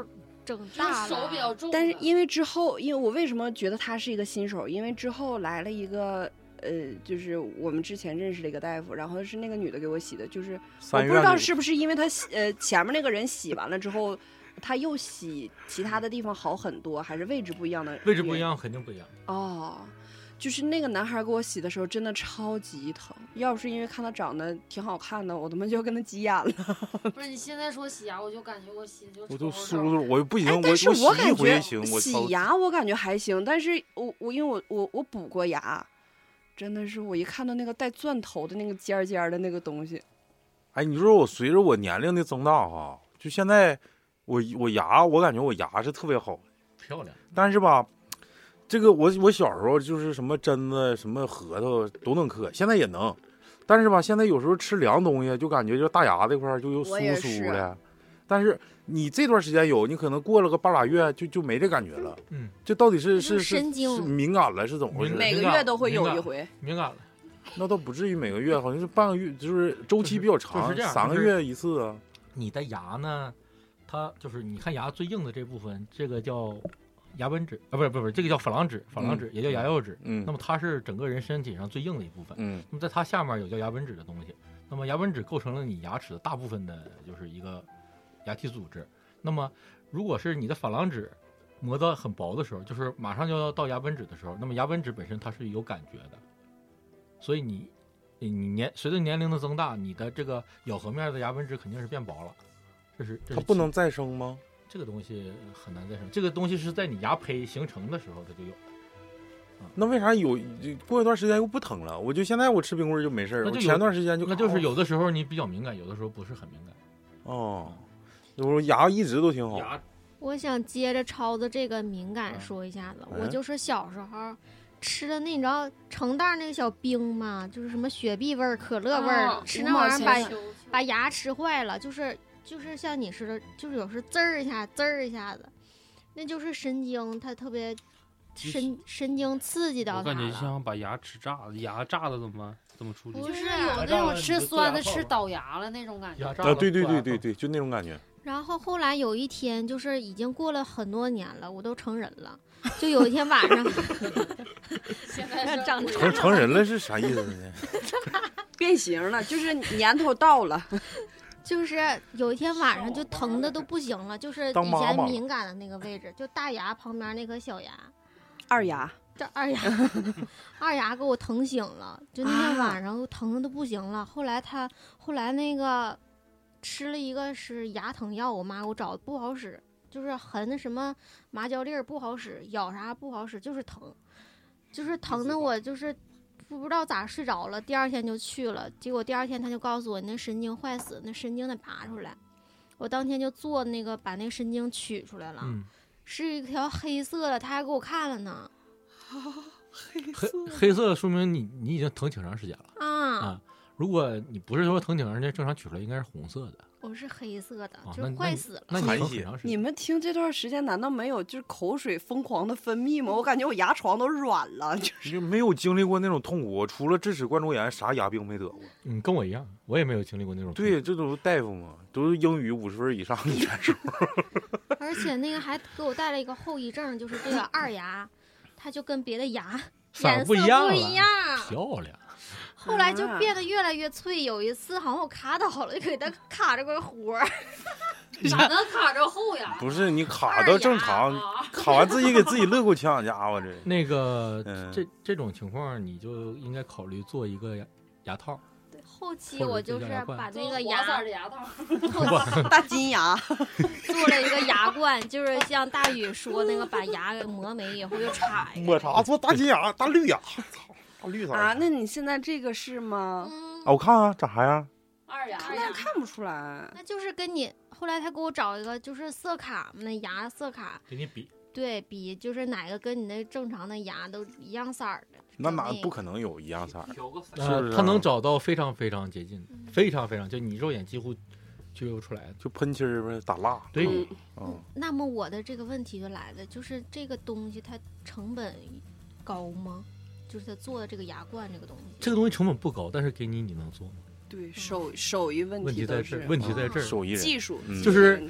整就是大了， 手比较重的。 但是因为之后，因为我为什么觉得他是一个新手？因为之后来了一个。呃，就是我们之前认识的一个大夫，然后是那个女的给我洗的，就是我不知道是不是因为她洗呃前面那个人洗完了之后，他又洗其他的地方好很多，还是位置不一样的？ 位置不一样，肯定不一样。 哦，就是那个男孩给我洗的时候真的超级疼，要不是因为看他长得挺好看的，我他妈就要跟他急眼了。 不是你现在说洗牙，我就感觉我洗就我都舒酥了，我不行， 哎、 我但是我洗一感觉回也行，我洗牙我感觉还行，但是我我因为我我我补过牙。真的是，我一看到那个带钻头的那个尖尖的那个东西， 哎，你说我随着我年龄的增大哈，就现在我我牙，我感觉我牙是特别好， 漂亮。 但是吧，这个我我小时候就是什么针子、什么核桃都能磕，现在也能，但是吧，现在有时候吃凉东西就感觉就大牙这块就有酥酥的，但是你这段时间有，你可能过了个半拉月就就没这感觉了。 嗯， 这到底是是是神经是敏感了是怎么回事？ 每个月都会有一回， 敏感了。 那倒不至于每个月，好像是半个月，就是周期比较长， 就是这样三个月一次啊。 你的牙呢，它就是你看牙最硬的这部分，这个叫牙本质啊，不是不是不是，这个叫珐琅质，珐琅质、嗯、也叫牙釉质。 嗯， 那么它是整个人身体上最硬的一部分。 嗯， 那么在它下面有叫牙本质的东西。那么牙本质构成了你牙齿的大部分的，就是一个牙体组织。那么如果是你的珐琅质磨得很薄的时候，就是马上就要到牙本质的时候，那么牙本质本身它是有感觉的，所以你你年随着年龄的增大，你的这个咬合面的牙本质肯定是变薄了。这是这是它不能再生吗？ 这个东西很难再生，这个东西是在你牙胚形成的时候它就有。 嗯、那为啥有过一段时间又不疼了？我就现在我吃冰棍就没事，我前段时间就那就是有的时候你比较敏感，有的时候不是很敏感。 哦，我牙一直都挺好。 我想接着超子这个敏感说一下子， 嗯、 我就是小时候吃的那你知道成袋那个小冰吗？就是什么雪碧味儿、可乐味儿， 哦、 吃那玩意儿把把牙吃坏了，就是就是像你似的，就是有时滋儿一下滋儿一下子，那就是神经它特别神神经刺激到它。 我感觉就像把牙吃炸了，牙炸了怎么怎么处理？ 不是有那种吃酸的吃倒牙了那种感觉。 啊，对对对对对，就那种感觉。 然后后来有一天，就是已经过了很多年了，我都成人了。就有一天晚上， 现在长成成人了是啥意思呢？ 变形了，就是年头到了。 就是有一天晚上就疼的都不行了，就是以前敏感的那个位置，就大牙旁边那颗小牙， 二牙， 这二牙，二牙给我疼醒了，就那天晚上疼的都不行了。后来他后来那个。吃了一个是牙疼药，我妈给我找的不好使，就是含什么麻椒粒儿不好使，咬啥不好使，就是疼，就是疼的我就是不知道咋睡着了，第二天就去了，结果第二天他就告诉我你那神经坏死，那神经得拔出来，我当天就做那个把那神经取出来了， 嗯、 是一条黑色的，他还给我看了呢。 黑色黑色说明你你已经疼挺长时间了啊。 啊如果你不是说疼挺长时间，正常取出来应该是红色的。 我是黑色的， 哦、 就是坏死了。 那你疼很长时间。 你们听这段时间难道没有就是口水疯狂的分泌吗？我感觉我牙床都软了，就是就没有经历过那种痛苦。我除了智齿冠状炎，啥牙病没得过。 嗯，跟我一样，我也没有经历过那种。 对，这都是大夫嘛，都是英语五十分以上的选手。 而且那个还给我带了一个后遗症，就是这个二牙，它就跟别的牙颜色不一样， 不一样， 漂亮。 后来就变得越来越脆。有一次好像我卡倒了，就给它卡着个活儿。 咋能卡着后牙？ 不是你卡到正常，卡完自己给自己乐够呛，家伙这。 那个、嗯、这这种情况，你就应该考虑做一个牙牙套。 对，后期我就是把那个牙色的牙套， 大金牙， 做了一个牙冠，就是像大宇说那个，把牙给磨没以后又插一个。 抹茶做大金牙、大绿牙，操！绿色啊，那你现在这个是吗？ 嗯、 啊，我看啊，长啥样？ 二牙， 看看不出来。 那就是跟你后来他给我找一个就是色卡嘛，那牙色卡给你比， 对比就是哪个跟你那正常的牙都一样色儿的。 那哪不可能有一样色儿？ 呃，他能找到非常非常接近，嗯、非常非常就你肉眼几乎就出来， 就喷漆儿打蜡。 对， 嗯。 嗯那么我的这个问题就来了，就是这个东西它成本高吗？就是他做的这个牙冠这个东西， 这个东西成本不高，但是给你你能做吗？ 对，手手艺问题问题在这儿，问题在这儿， 手艺人技术就是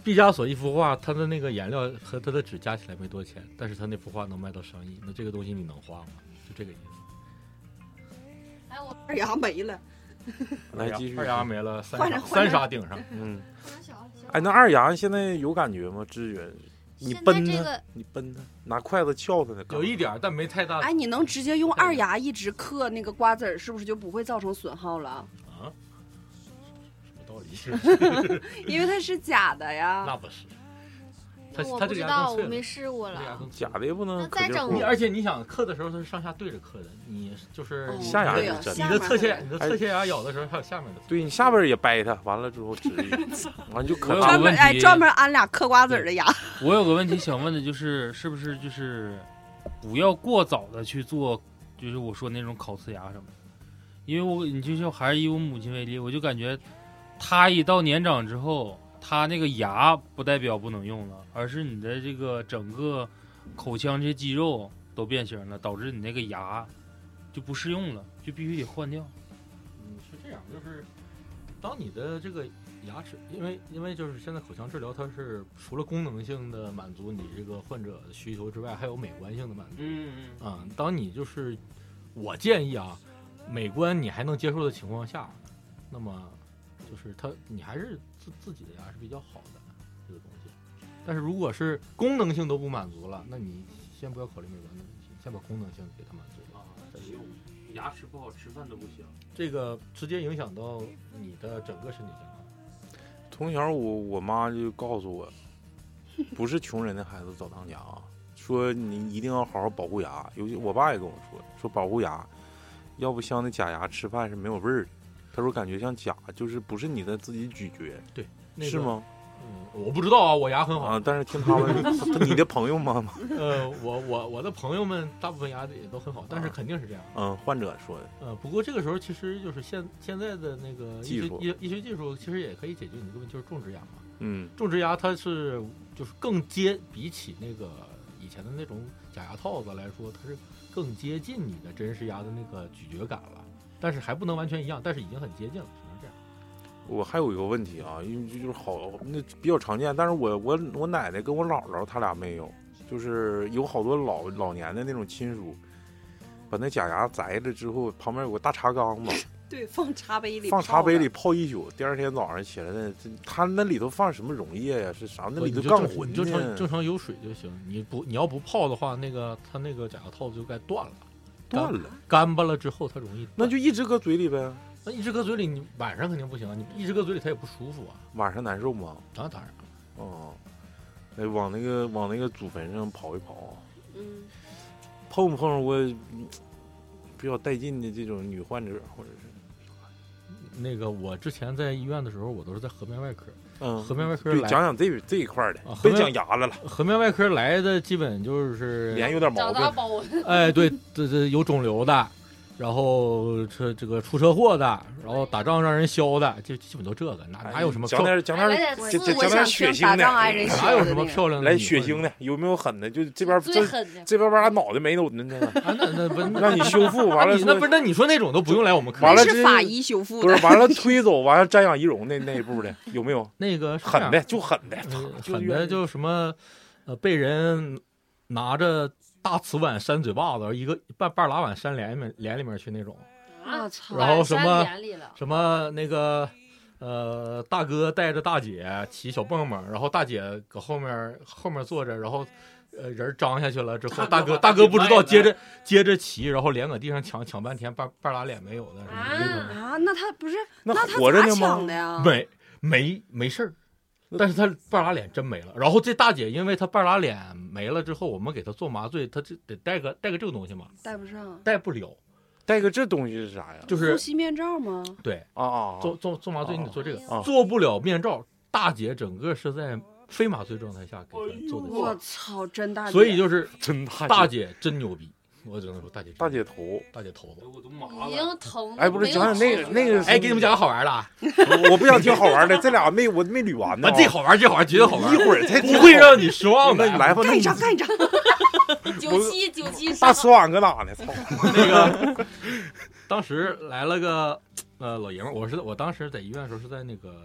毕加索一幅画，它的那个颜料和它的纸加起来没多钱，但是它那幅画能卖到上亿，那这个东西你能花吗？就这个意思。 哎，我二牙没了。 来继续。 二牙没了，三杀换成三杀顶上。 嗯。哎，那二牙现在有感觉吗？知觉？你奔它， 这个你奔它，拿筷子撬它呢？ 有一点，但没太大。 哎，你能直接用二牙一直嗑那个瓜子儿，是不是就不会造成损耗了？ 啊？什么道理？ 因为它是假的呀。 那不是。它我它这个不知道，我牙更脆没试过了。 假的也不能可劲儿。 你而且你想嗑的时候，它是上下对着嗑的，你就是下牙是真的。你的侧切，你的侧切牙咬的时候还有下面的。 对你下边也掰它，完了之后直一，完就可专门哎专门安俩嗑瓜子的牙。 我有个问题想问的就是，是不是就是不要过早的去做，就是我说那种烤瓷牙什么的，因为我你就像还是以我母亲为例，我就感觉她一到年长之后。它那个牙不代表不能用了，而是你的这个整个口腔这些肌肉都变形了，导致你那个牙就不适用了，就必须得换掉。 嗯，是这样，就是当你的这个牙齿，因为因为就是现在口腔治疗，它是除了功能性的满足你这个患者的需求之外，还有美观性的满足。 嗯嗯啊，当你就是我建议啊，美观你还能接受的情况下，那么。就是它，你还是自自己的牙是比较好的这个东西，但是如果是功能性都不满足了，那你先不要考虑美观的问题，先把功能性给它满足了啊。再用牙齿不好，吃饭都不行， 这个直接影响到你的整个身体健康。 从小我我妈就告诉我，不是穷人的孩子早当家啊，说你一定要好好保护牙，尤其我爸也跟我说，说保护牙，要不像那假牙吃饭是没有味儿的。他说感觉像假，就是不是你的自己咀嚼， 对，那个、 是吗？ 嗯，我不知道啊，我牙很好啊，但是听他们，你的朋友们， 呃，我我我的朋友们大部分牙也都很好，但是肯定是这样。 嗯，患者说的。 呃，不过这个时候其实就是现现在的那个技术， 医医学技术其实也可以解决你这个问题，就是种植牙嘛。 嗯， 种植牙它是就是更接比起那个以前的那种假牙套子来说，它是更接近你的真实牙的那个咀嚼感了。但是还不能完全一样，但是已经很接近了，只能这样。 我还有一个问题啊，因为就是好那比较常见，但是我我我奶奶跟我姥姥他俩没有，就是有好多老老年的那种亲属，把那假牙摘了之后，旁边有个大茶缸嘛， 对，放茶杯里， 放茶杯里泡一宿，第二天早上起来呢，他那里头放什么溶液呀？是啥？那里头杠混呢？正常正常有水就行，你不你要不泡的话，那个他那个假牙套子就该断了。 断了， 干巴了之后它容易， 那就一直搁嘴里呗。 那一直搁嘴里，你晚上肯定不行，你一直搁嘴里它也不舒服啊。 晚上难受吗？ 啊，当然。 哦，哎，往那个往那个祖坟上跑一跑， 嗯， 碰不碰过比较带劲的这种女患者，或者是那个我之前在医院的时候，我都是在颌面外科。 嗯， 颌面外科对，讲讲这这一块的， 啊、 别讲牙了了。 颌面外科来的基本就是脸有点毛病， 哎，对，这这有肿瘤的，然后这这个出车祸的，然后打仗让人削的，就基本都这个，哪哪有什么讲点讲点讲讲点血腥的， 哪有什么漂亮的？ 来血腥的，有没有狠的？就这边这这边把脑袋没有那个， 啊，那那不让你修复完了， 那不是那你说那种都不用来我们科， 完了是法医修复， 不是完了推走完了瞻仰仪容那那一步的有没有？ 那个狠的就狠的， 狠的就什么呃被人拿着大瓷碗扇嘴巴子，一个半半拉碗扇脸里面脸里面去那种。 我操！ 然后什么什么那个呃大哥带着大姐骑小蹦蹦，然后大姐搁后面后面坐着，然后呃人张下去了之后，大哥大哥不知道接着接着骑，然后脸搁地上抢抢半天，半半拉脸没有的啊啊！那他不是那他活着呢吗？ 没没没事儿。但是他半拉脸真没了，然后这大姐因为她半拉脸没了之后，我们给她做麻醉，她就得带个带个这个东西嘛， 带不上， 带不了， 带个这东西是啥呀？ 就是呼吸面罩吗？ 对啊啊， 做做做麻醉你得做这个， 啊、 做不了面罩，大姐整个是在非麻醉状态下给她做的。 我操，真大姐！ 所以就是真大姐， 大姐真牛逼。我只能说大姐大姐头， 大姐头子， 我都麻已经疼。 哎，不是讲讲那个那个， 哎，给你们讲个好玩的啊！ 我不想听好玩的，这俩没我没捋完呢。 这好玩，这好玩，绝对好玩， 一会儿才不会让你失望的。 来吧， 干一张，干一张。 九七九七， 大瓷碗搁哪呢？操！ 那个当时来了个呃老爷们儿，我是我当时在医院的时候是在那个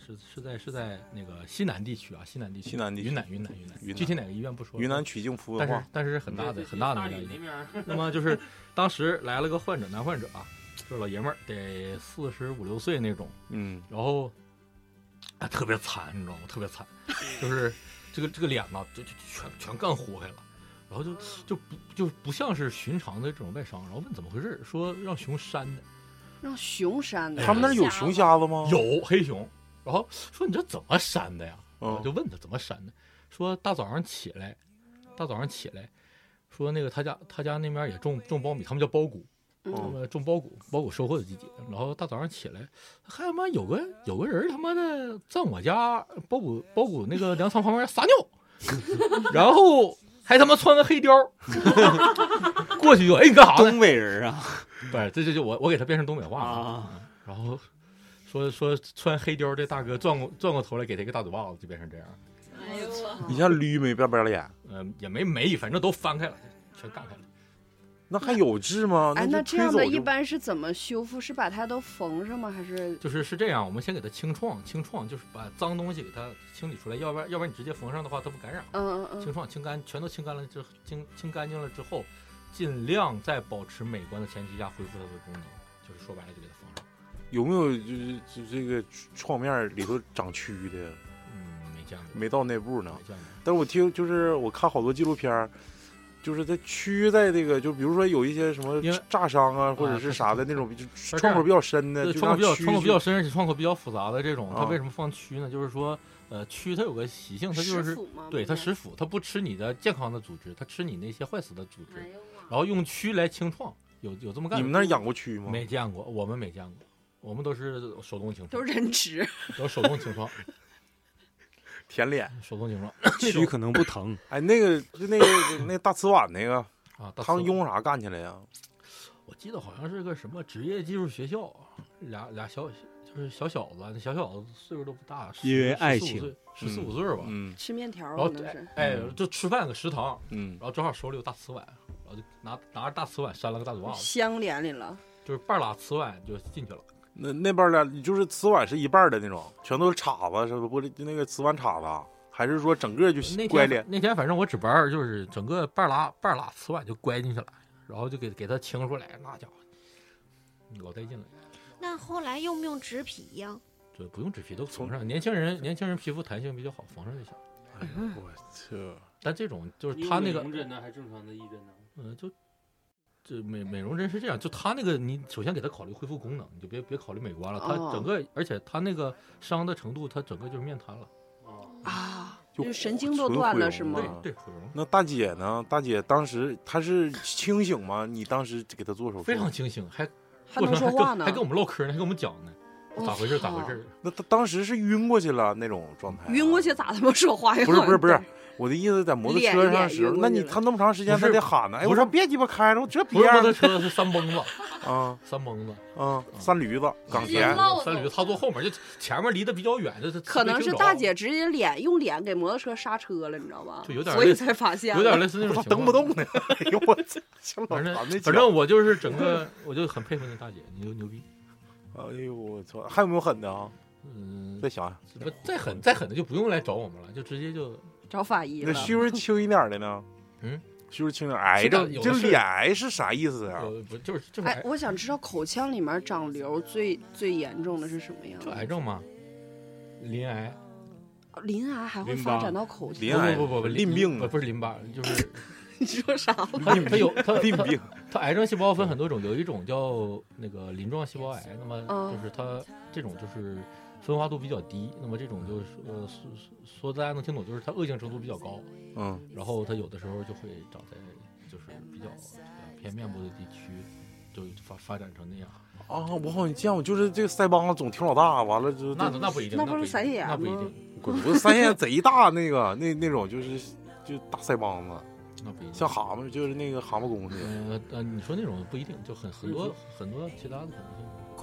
是是在是在那个西南地区啊，西南地区， 西南地区云南云南云南， 云南具体哪个医院不说了。 云南曲靖服文化， 但是但是是很大的很大的那个医院。 那边那么就是当时来了个患者，男患者啊，就是老爷们儿，得四十五六岁那种， 嗯， 然后啊特别惨，你知道吗？特别惨，就是这个这个脸呐，就就全全干糊开了。然后就就不就不像是寻常的这种外伤，然后问怎么回事，说让熊扇的， 让熊扇的。 他们那儿有熊瞎子吗？ 有黑熊，然后说你这怎么扇的呀？ 嗯我就问他怎么扇的，说大早上起来，大早上起来，说那个他家他家那边也种种苞米，他们叫苞谷，他嗯们种苞谷，苞谷收获的季节。然后大早上起来，还他妈有个有个人他妈的在我家苞谷苞谷那个粮仓旁边撒尿，然后还他妈穿个黑貂儿过去就哎你干啥呢？ 东北人啊， 不是，这这就我我给他变成东北话了， 啊嗯然后说说穿黑貂的大哥转过转过头来给他一个大嘴巴子，就变成这样。 哎呦我， 你像驴没变变脸， 嗯、也没没，反正都翻开了，全干开了。 那还有治吗？ 哎，那那这样的一就般是怎么修复？是把它都缝上吗？还是就是是这样，我们先给它清创，清创就是把脏东西给它清理出来，要不然要不然你直接缝上的话，它不感染。 嗯嗯嗯， 清创清干，全都清干了之清清干净了之后，尽量在保持美观的前提下恢复它的功能，就是说白了就给它缝上。 有没有就是就这个创面里头长蛆的？ 嗯，没见过， 没到那步呢。 没见过。 但是我听就是我看好多纪录片儿，就是它蛆在这个，就比如说有一些什么因为炸伤啊，或者是啥的那种，就创口比较深的， 对， 就创口比较让蛆创口比较深，而且创口比较复杂的这种，它啊为什么放蛆呢？就是说，呃，蛆它有个习性，它就是食腐吗对它不是食腐，它不吃你的健康的组织，它吃你那些坏死的组织， 哎呦我然后用蛆来清创，有有这么干的？ 你们那儿养过蛆吗？ 没见过，我们没见过，我们都是手动清创， 都是人质。 都是手动清创， 舔脸。 手动清创蛆可能不疼， 哎，那个就那个那大瓷碗那个， 啊。大他们瓷用啥干起来呀？ 我记得好像是个什么职业技术学校，俩俩小就是小小子，那小小子岁数都不大， 因为爱情十四五岁吧， 嗯吃面条然后可能是。 哎，就吃饭个食堂， 嗯然后正好手里有大瓷碗，然后就拿拿着大瓷碗扇了个大嘴巴子， 香脸里了， 就是半拉瓷碗就进去了。 那那边的就是瓷碗是一半的那种，全都是叉子，是不？不是那个瓷碗叉子，还是说整个就那乖脸？ 天那天反正我值班儿，就是整个半拉半拉瓷碗就乖进去了，然后就给给它清出来，那家伙老带劲了。 那后来用不用植皮呀？ 对，不用植皮都缝上。年轻人年轻人皮肤弹性比较好，缝上就行。 哎呦我操！ 但这种就是你他那个有美容针呢，还正常的义针呢？ 嗯，就这美美容针是这样，就它那个你首先给它考虑恢复功能，你就别别考虑美观了。它哦整个，而且它那个伤的程度，它整个就是面瘫了。 啊， 啊， 就就是神经都纯毁容断了是吗了？ 对，毁容那大姐呢？大姐当时她是清醒吗？你当时给她做手术？ 非常清醒，还还过程还能说话呢跟还跟我们唠嗑呢，还跟我们讲呢， 我咋回事？咋操回事？ 那她当时是晕过去了那种状态啊、 晕过去咋他妈说话呀？ 不是不是不是，我的意思在摩托车上时候， 脸脸晕过去了那你他那么长时间， 不是他得喊呢。哎， 不是我说别鸡巴开了，我这不是摩憋托车，是三蹦子， 啊三蹦子， 啊，三驴子港田直接唠三驴子，他坐后面，就前面离得比较远，这这可能是没听着大姐直接脸用脸给摩托车刹车了，你知道吧？ 就有点所以类似才发现有点类似那我种情况。 操蹬不动呢。哎呦我操，像老反正谭那反正我就是整个，我就很佩服那大姐，牛牛逼。 哎呦我操，还有没有狠的啊？ 嗯， 再想想， 不再狠再狠的就不用来找我们了，就直接就找法医那了。 虚实轻一点的呢？ 嗯， 虚实轻点，癌症有的是这脸癌是啥意思啊？ 有不就是就是哎癌， 我想知道口腔里面长瘤最最严重的是什么样就的？ 癌症嘛，鳞癌。 鳞癌还会淋巴发展到口腔？ 鳞癌不不不不淋病不不是淋巴，就是你说啥？ 它它有它它淋病它癌症细胞分很多种，有一种叫那个鳞状细胞癌，那么嗯就是它这种就是分化度比较低，那么这种就是呃说说大家能听懂，就是它恶性程度比较高， 嗯， 然后它有的时候就会长在就是比较呃偏面部的地区，就发发展成那样。 啊，我好像见过，就是这个腮帮子总挺老大，完了就那那不一定， 那不是不一定散眼吗那不一定， 滚，我三眼贼大那个那那种就是就大腮帮子， 那不一定。 像蛤蟆就是那个蛤蟆功似的。 呃呃，你说那种不一定，就很很多很多其他的可能性。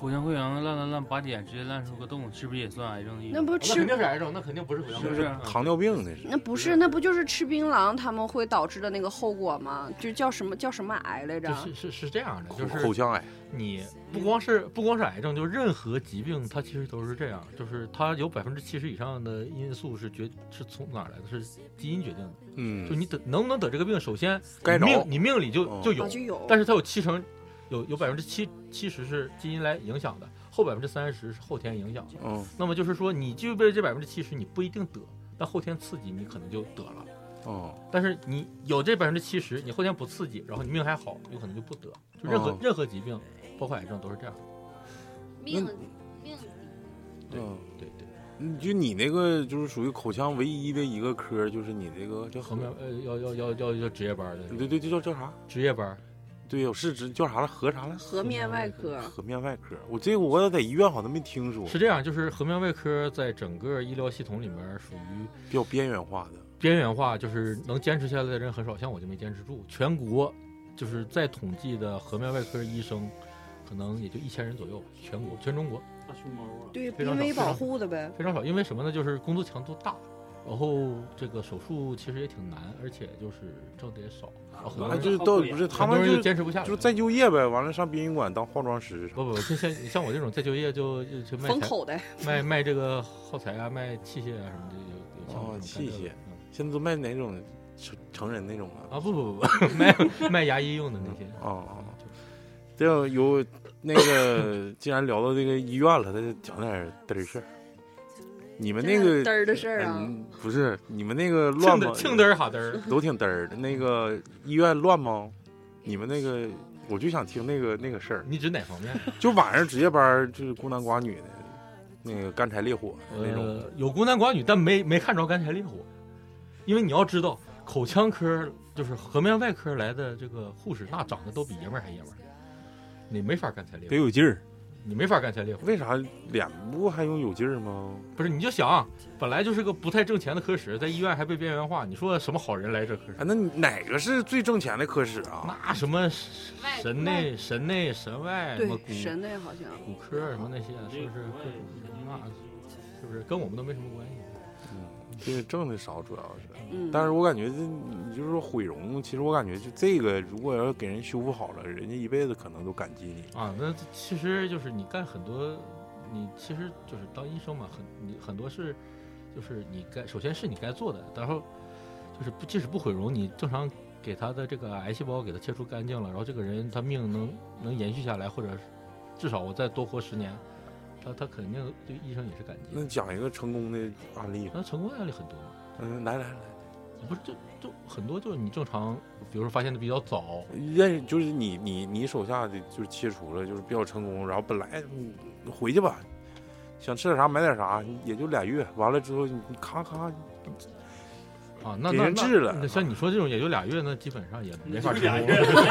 口腔溃疡烂烂烂八点直接烂出个洞，是不是也算癌症的一种？ 那不那吃肯定是癌症，那肯定不是口腔是不是溃疡。 糖尿病那是。 那不是，那不就是吃槟榔他们会导致的那个后果吗？就叫什么叫什么癌来着？ 就是是是这样的， 口就是口腔癌， 你不光是不光是癌症，就任何疾病它其实都是这样，就是它有百分之七十以上的因素是决是从哪儿来的？是基因决定的。 嗯， 就你得能不能得这个病，首先该着你命你命里就嗯就有啊，就有， 但是它有七成，有有百分之七七十是基因来影响的，后百分之三十是后天影响的。 嗯那么就是说，你具备这百分之七十，你不一定得，但后天刺激你可能就得了。 哦但是你有这百分之七十，你后天不刺激，然后你命还好，有可能就不得。就任何、 哦任何疾病，包括癌症都是这样的。 命命嗯， 对对， 嗯就你那个就是属于口腔唯一的一个科，就是你这个叫后面呃要要要要要值夜班的， 对对，这叫叫啥？ 值夜班。 对，我是指叫啥了？颌啥了？ 颌面外科。 颌面外科。我这个我在医院好像没听说， 是这样，就是颌面外科在整个医疗系统里面属于比较边缘化的。 边缘化，就是能坚持下来的人很少，像我就没坚持住。全国就是在统计的颌面外科医生，可能也就一千人左右，全国全中国大熊猫啊， 对， 非常少濒危保护的呗。 非常少。因为什么呢？就是工作强度大，然后这个手术其实也挺难，而且就是挣的也少，然后很多人那就是到不是他很多人们就就坚持不下来， 就再就业呗，完了上殡仪馆当化妆师。 不不，就像像我这种再就业就就就卖材封口的， 卖卖这个耗材啊，卖器械啊什么的，有有像我哦这种干这个器械嗯现在都卖哪种成成人那种啊？ 啊不不不不，卖卖牙医用的那些哦哦就这样有那个，既然聊到这个医院了，咱就讲点嘚儿事儿。你们那个嘚儿的事儿啊， 嗯，不是你们那个乱吗？ 庆的庆嘚儿哈嘚儿， 都挺嘚儿的。那个医院乱吗？你们那个，我就想听那个那个事儿。 你指哪方面？ 就晚上值夜班，就是孤男寡女的，那个干柴烈火的那种。 呃，有孤男寡女，但没没看着干柴烈火，因为你要知道，口腔科就是颌面外科来的这个护士，那长得都比爷们儿还爷们儿，你没法干柴烈得火， 有劲儿。 你没法干柴烈火。 为啥脸部还用有劲儿吗？ 不是，你就想啊，本来就是个不太挣钱的科室，在医院还被边缘化，你说什么好人来这科室？ 哎，那你哪个是最挣钱的科室啊？ 那什么外神内、神内、神外，什么对， 骨神内好像。 骨科什么那些，是不是各种那是不是跟我们都没什么关系？ 这个挣的少，主要是。 嗯， 但是我感觉这你就是说毁容，其实我感觉就这个，如果要给人修复好了，人家一辈子可能都感激你。 啊，那其实就是你干很多，你其实就是当医生嘛，很你很多是，就是你该首先是你该做的，然后就是不即使不毁容，你正常给他的这个癌细胞给他切除干净了，然后这个人他命能能延续下来，或者至少我再多活十年，他他肯定对医生也是感激那的。 讲一个成功的案例吧。 那成功案例很多嘛， 嗯，来来来， 不是就就很多就是你正常，比如说发现的比较早， 认就是你你你手下的就是切除了，就是比较成功，然后本来嗯回去吧，想吃点啥买点啥，也就俩月，完了之后你你咔咔啊，那给那那人治了那像你说这种也就俩月，那基本上也没法成功。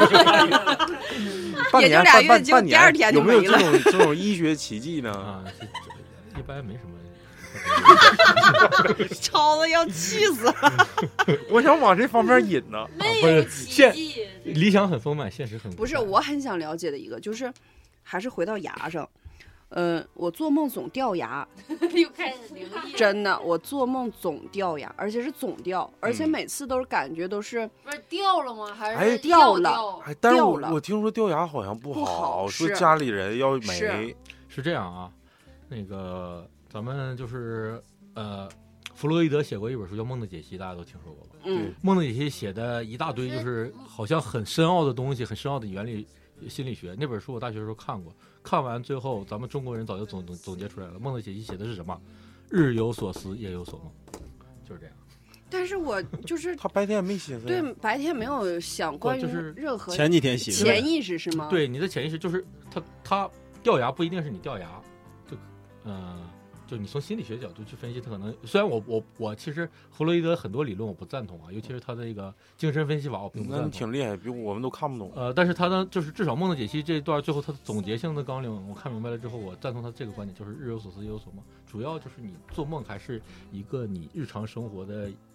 半也就年半半俩月就半年， 第二天就有没有没了这种这种医学奇迹呢？ 啊，这这一般没什么。 超子要气死了。 我想往这方面引呢。 没不是有奇现迹。 理想很丰满，现实很不是，我很想了解的一个，就是还是回到牙上。呃，我做梦总掉牙， 又开始灵异， 真的，我做梦总掉牙，而且是总掉，而且嗯每次都是感觉都是不是掉了吗？还哎是掉了要掉？ 哎，但是掉了我我听说掉牙好像不不好是说家里人要没是。 是这样啊。那个咱们就是呃，弗洛伊德写过一本书叫《梦的解析》，大家都听说过吧？ 嗯梦的解析写的一大堆，就是好像很深奥的东西，很深奥的原理心理学。那本书我大学的时候看过，看完最后咱们中国人早就总总总结出来了。梦的解析写的是什么？日有所思，夜有所梦，就是这样。 但是我就是他白天也没心思。 对白天没有想关于就是任何前几天写的， 潜意识是吗？， 对，你的潜意识就是他他掉牙不一定是你掉牙，就嗯、呃，就你从心理学角度去分析，他可能虽然我我我其实弗洛伊德很多理论我不赞同啊，尤其是他的一个精神分析法我并不那赞同。 你挺厉害，比我们都看不懂。 呃，但是他呢，就是至少梦的解析这一段最后他的总结性的纲领，我看明白了之后，我赞同他这个观点，就是日有所思夜有所梦。主要就是你做梦还是一个你日常生活的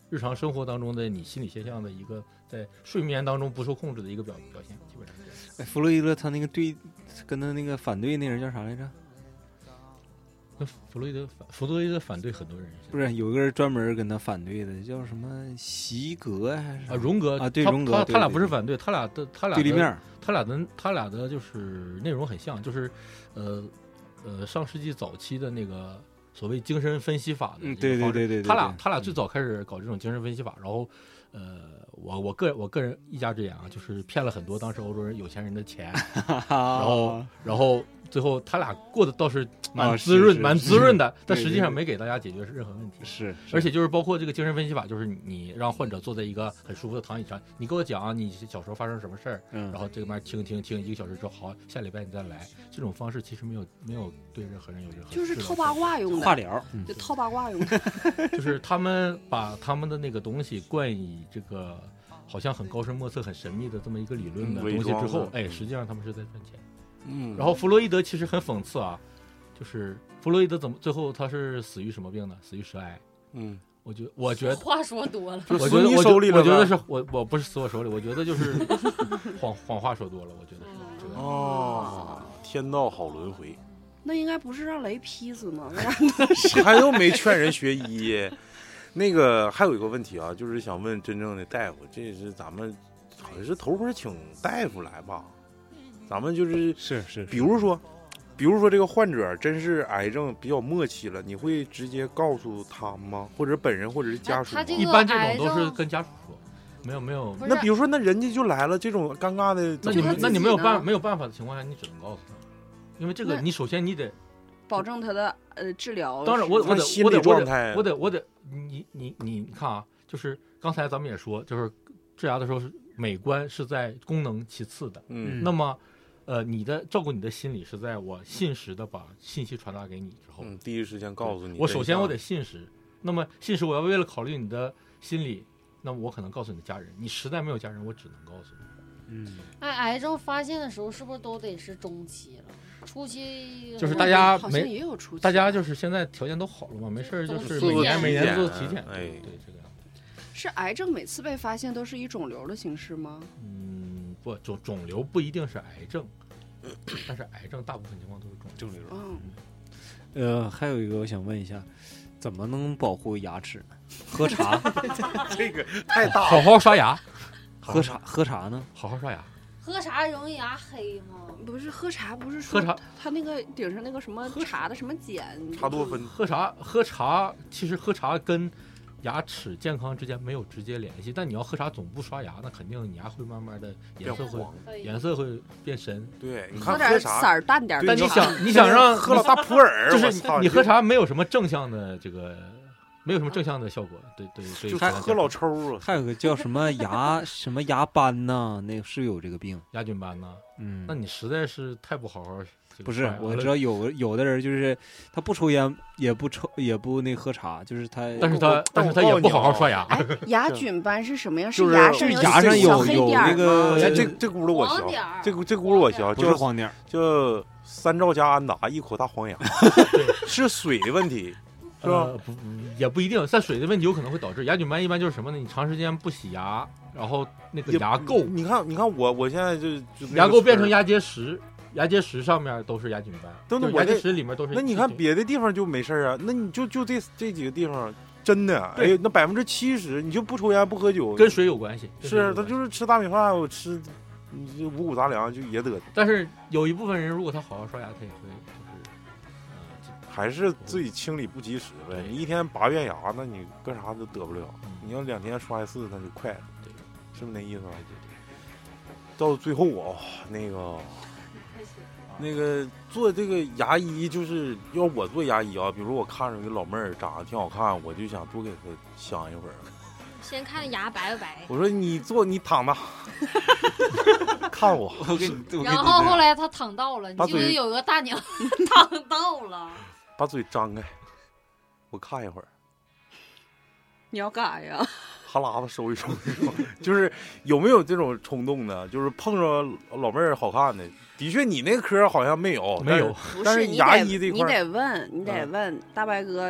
日常生活当中的你心理现象的一个在睡眠当中不受控制的一个表表现，基本上是这样。 哎，弗洛伊德他那个对跟他那个反对那人叫啥来着？ 那弗洛伊德反弗洛伊德反对很多人， 不是有个人专门跟他反对的，叫什么席格还是啊荣格啊？对， 他荣格，对他他俩对不是反对，他俩的他俩的对立面， 他俩的他俩的就是内容很像，就是呃呃上世纪早期的那个所谓精神分析法的嗯， 一个方式， 对对对对对， 他俩对他俩最早开始搞这种精神分析法，然后呃我我个人我个人一家之言啊，就是骗了很多当时欧洲人有钱人的钱，然后然后最后他俩过得倒是蛮啊滋润、 是是蛮滋润的， 对但实际上对对没给大家解决任何问题。 是， 而且就是包括这个精神分析法，就是你让患者坐在一个很舒服的躺椅上，你给我讲你小时候发生什么事儿， 嗯， 然后这个边听听听一个小时之后，好，下礼拜你再来。这种方式其实没有没有对任何人有任何就是治疗套八卦用的， 化疗，嗯就套八卦用的。 就是他们把他们的那个东西冠以这个好像很高深莫测、很神秘的这么一个理论的嗯伪东西之装的， 后哎，实际上他们是在赚钱。 嗯， 然后弗洛伊德其实很讽刺啊，就是弗洛伊德怎么最后他是死于什么病呢？死于舌癌。 嗯， 我觉我觉得话说多了， 我觉得我就死你手里了呗我觉得是我我不是死我手里，我觉得就是谎谎话说多了，我觉得是这个。 哦，天道好轮回， 那应该不是让雷劈死吗？ 他又没劝人学医。那个还有一个问题啊，就是想问真正的大夫，这是咱们好像是头回请大夫来吧？咱们就是是是， 比如说，比如说这个患者真是癌症比较末期了，你会直接告诉他吗？或者本人或者是家属吗？ 他这个一般这癌种都是症跟家属说，没有没有。 不是那比如说，那人家就来了，这种尴尬的， 那你们就他自己那你没有办呢没有办法的情况下，你只能告诉他，因为这个那你首先你得， 保证他的呃治疗。 当然我我得看心理我得我状态得我得我得你你你你看啊，就是刚才咱们也说，就是治牙的时候是美观是在功能其次的， 嗯那么呃你的照顾你的心理是在我信实的把信息传达给你之后， 嗯，第一时间告诉你。 我首先我得信实，那么信实我要为了考虑你的心理，那么我可能告诉你的家人，你实在没有家人，我只能告诉你。 嗯， 哎，癌症发现的时候是不是都得是中期了？初期就是大家好像没也有出， 大家就是现在条件都好了嘛，没事儿就是做每年体每年检做体检， 哎对对这个样子。 是癌症每次被发现都是以肿瘤的形式吗？ 嗯，不肿肿瘤不一定是癌症，但是癌症大部分情况都是肿瘤。 嗯， 呃，还有一个我想问一下，怎么能保护牙齿呢？喝茶， 这个太大好好刷牙， 喝茶，喝茶呢？ 好好刷牙。 喝茶容易牙黑吗？ 不是喝茶，不是说喝茶， 他那个顶上那个什么茶的什么碱， 茶多酚。 喝茶喝茶，其实喝茶跟牙齿健康之间没有直接联系，但你要喝茶总不刷牙，那肯定你牙会慢慢的颜色会变黄， 颜色会变深。 对，你喝点色看喝茶， 儿淡点儿的对茶。 但你想，你想让喝了大普洱， 就是我操你喝茶没有什么正向的这个，没有什么正向的效果。对对对， 就还喝老抽啊。 还有个叫什么牙什么牙斑呐，那个是有这个病。 牙菌斑呢？ 嗯， 那你实在是太不好好。 不是，我知道有有的人就是他不抽烟，也不抽，也不那喝茶，就是他， 但是他但是他也不好好刷牙。 哎，牙菌斑是什么呀？ 就是牙上就是牙上小有有黑点儿那个吗这这这轱辘我学， 黄点儿， 这轱这轱辘我学， 不是叫黄点儿， 叫三兆加安达，一口大黄牙，是水的问题，是吧？ 呃，不不也不一定，在水的问题有可能会导致牙菌斑。一般就是什么呢？你长时间不洗牙，然后那个也牙垢， 你看，你看我，我现在就就那个牙垢变成水儿。 牙结石，牙结石上面都是牙菌斑，就是牙结等等我那石里面都是。 那你看别的地方就没事儿啊，那你就就这这几个地方，真的，哎对呀，那百分之七十你就不抽烟不喝酒， 跟水有关系，跟水有是他关系就是吃大米饭，我吃你这五谷杂粮就也得， 但是有一部分人，如果他好好刷牙，他也会就是，呃， 还是自己清理不及时呗。 对你一天拔院牙，那你干啥都得不了。 嗯你要两天刷一次，那就快了， 对， 是不是那意思啊？到最后啊，那个那个做这个牙医，就是要我做牙医啊，比如我看着一个老妹儿长得挺好看，我就想多给她镶一会儿。 先看牙白不白， 我说你坐，你躺着，看我。 我给你，我给你然后后来他躺到了，你把嘴记不记得有个大娘躺到了？ 把嘴张开，我看一会儿， 你要干啥呀？ 哈喇子收一收。就是有没有这种冲动呢？就是碰着老妹儿好看的，的确你那科好像没有， 没有。 不但是是你得牙医这你块儿得问，你得嗯问大白哥，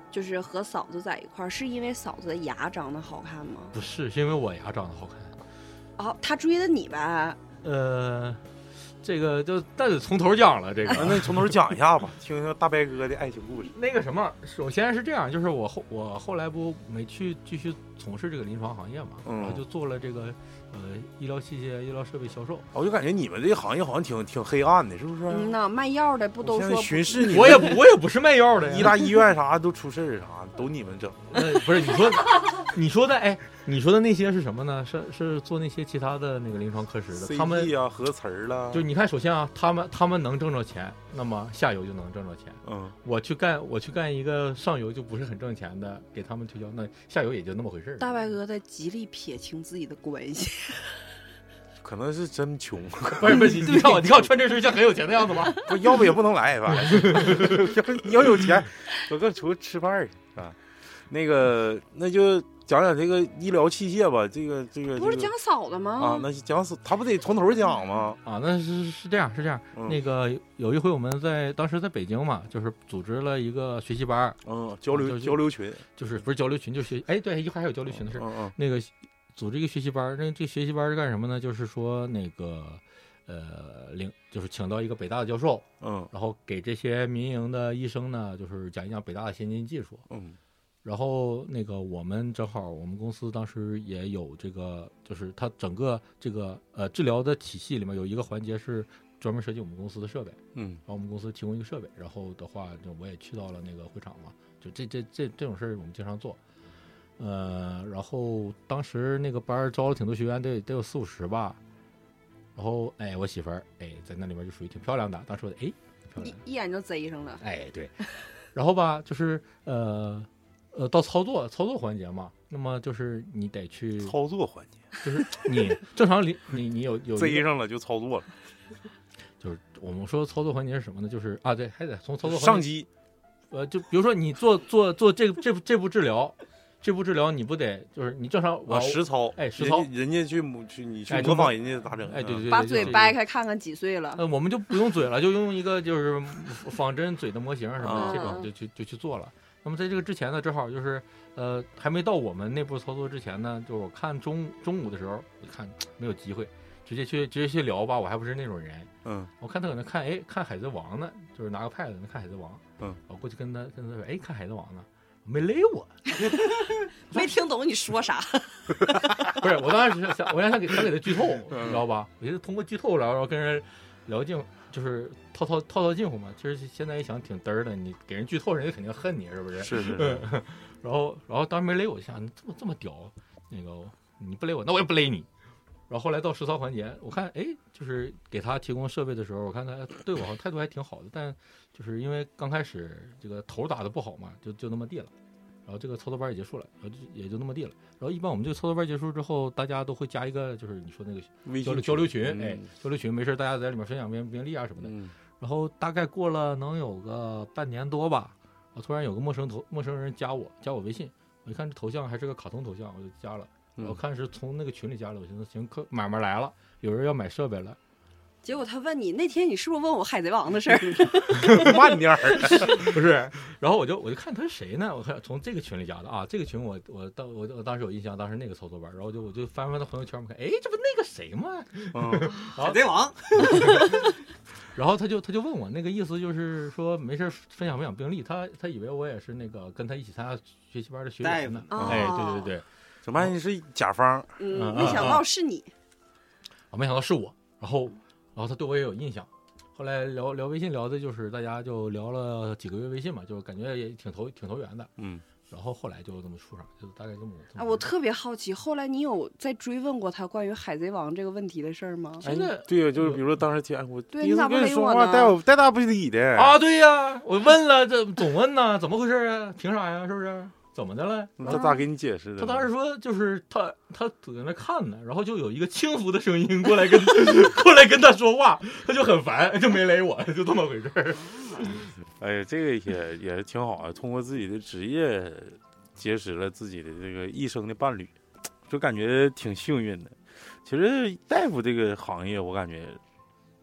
就是和嫂子在一块儿，是因为嫂子的牙长得好看吗？ 不是，是因为我牙长得好看。 哦，他追的你呗？ 呃，这个就但得从头讲了，这个啊那你从头讲一下吧，听听大白哥的爱情故事。 那个什么，首先是这样，就是我后我后来不没去继续从事这个临床行业嘛， 嗯然后就做了这个呃医疗器械、医疗设备销售。 我就感觉你们这个行业好像挺挺黑暗的，是不是？ 嗯呐，卖药的不都我现在说巡视你们我也不我也不是卖药的呀， 医大医院啥都出事儿，啥都你们整。 呃不是你说你说的哎，你说的那些是什么呢？是是做那些其他的那个临床科室的，他们 C T 啊、核磁儿了， 就你看，首先啊，他们他们能挣着钱，那么下游就能挣着钱。 嗯， 我去干我去干一个上游就不是很挣钱的，给他们推销，那下游也就那么回事儿。 大白哥在极力撇清自己的关系。 可能是真穷。 不是不是，你看我你看我穿这身像很有钱的样子吗？ 不，要不也不能来吧？要有钱，我跟出去吃饭儿去啊。那个，那就讲讲这个医疗器械吧。这个这个不是讲嫂子吗？ 啊，那讲嫂，他不得从头讲吗？ 啊，那是是这样是这样。 嗯、 那个有一回我们在当时在北京嘛，就是组织了一个学习班， 嗯，交流、 就是、 交流群， 就是不是交流群，就学哎对，一会儿还有交流群的事。 嗯嗯， 那个组织一个学习班，那这学习班是干什么呢？就是说那个。呃，领就是请到一个北大的教授， 嗯， 然后给这些民营的医生呢，就是讲一讲北大的先进技术， 嗯， 然后那个我们正好我们公司当时也有这个，就是它整个这个呃治疗的体系里面有一个环节是专门设计我们公司的设备， 嗯， 然后我们公司提供一个设备，然后的话就我也去到了那个会场嘛，就这这这这种事儿我们经常做，呃，然后当时那个班招了挺多学员，得得有四五十吧。然后，哎，我媳妇儿，哎，在那里边就属于挺漂亮的。当时我，哎，漂亮， 一一眼就贼上了。 哎，对。然后吧，就是呃呃，到操作操作环节嘛，那么就是你得去操作环节， 就是你正常你你你有有贼上了就操作了。 就是我们说操作环节是什么呢？就是啊，对，还得从操作环节上机。 呃，就比如说你做做做这这这部治疗。这部治疗你不得就是你正常啊实操， 哎实操， 人家去去你去模仿人家咋整？ 哎对对对， 把嘴掰开看看几岁了。 呃，我们就不用嘴了，就用一个就是仿真嘴的模型什么的，这种就去就去做了。那么在这个之前呢，正好就是呃还没到我们内部操作之前呢，就是我看中中午的时候，我看没有机会，直接去直接去聊吧，我还不是那种人。 嗯， 我看他搁那看，哎，看海贼王呢，就是拿个 pad 那看海贼王。 嗯， 我过去跟他跟他说，哎，看海贼王呢。没勒我， 没听懂你说啥。 不是，我当时是想，我想给想给他剧透，你知道吧？我就通过剧透，然后跟人聊近，就是套套套套近乎嘛。其实现在一想挺嘚儿的，你给人剧透，人家肯定恨你，是不是？ 是是是。 然后然后当时没勒我，我想你这么这么屌，那个你不勒我，那我也不勒你。然后后来到实操环节，我看哎，就是给他提供设备的时候，我看他对我态度还挺好的，但就是因为刚开始这个头打得不好嘛，就就那么地了。然后这个操作班也结束了，然后就也就那么地了。然后一般我们这个操作班结束之后，大家都会加一个，就是你说那个交流交流群， 嗯、 哎，交流群没事大家在里面分享病病例啊什么的。 嗯、 然后大概过了能有个半年多吧，我突然有个陌生头陌生人加我加我微信，我一看这头像还是个卡通头像，我就加了。我看是从那个群里加的，我寻思行，客买卖来了，有人要买设备了。 结果他问你那天你是不是问我海贼王的事儿？ 慢点儿， 不是。然后我就我就看他是谁呢？我看从这个群里加的啊，这个群我我当我我当时有印象，当时那个操作班，然后就我就翻翻他朋友圈，我看，哎，这不那个谁吗？ 嗯， 海贼王。 然后他就他就问我，那个意思就是说没事分享分享病例，他他以为我也是那个跟他一起参加学习班的学员呢。哎，对对对。 怎么你是甲方？ 嗯，没想到是你。 啊，没想到是我。然后，然后他对我也有印象。后来聊聊微信，聊的就是大家就聊了几个月微信嘛，就感觉也挺投挺投缘的。 嗯。 然后后来就这么处上，就大概这么。 啊，我特别好奇，后来你有在追问过他关于海贼王这个问题的事儿吗？ 现在对呀，就是比如说当时天我对你咋不理我呢？带我带大不理的啊，对呀，我问了，这总问呢，怎么回事啊？凭啥呀？是不是？怎么的了？ 他咋给你解释的？ 他当时说，就是他他搁那看呢，然后就有一个轻浮的声音过来跟过来跟他说话，他就很烦，就没勒我，就这么回事儿。 哎呀，这个也也是挺好啊，通过自己的职业结识了自己的这个一生的伴侣，就感觉挺幸运的。其实大夫这个行业，我感觉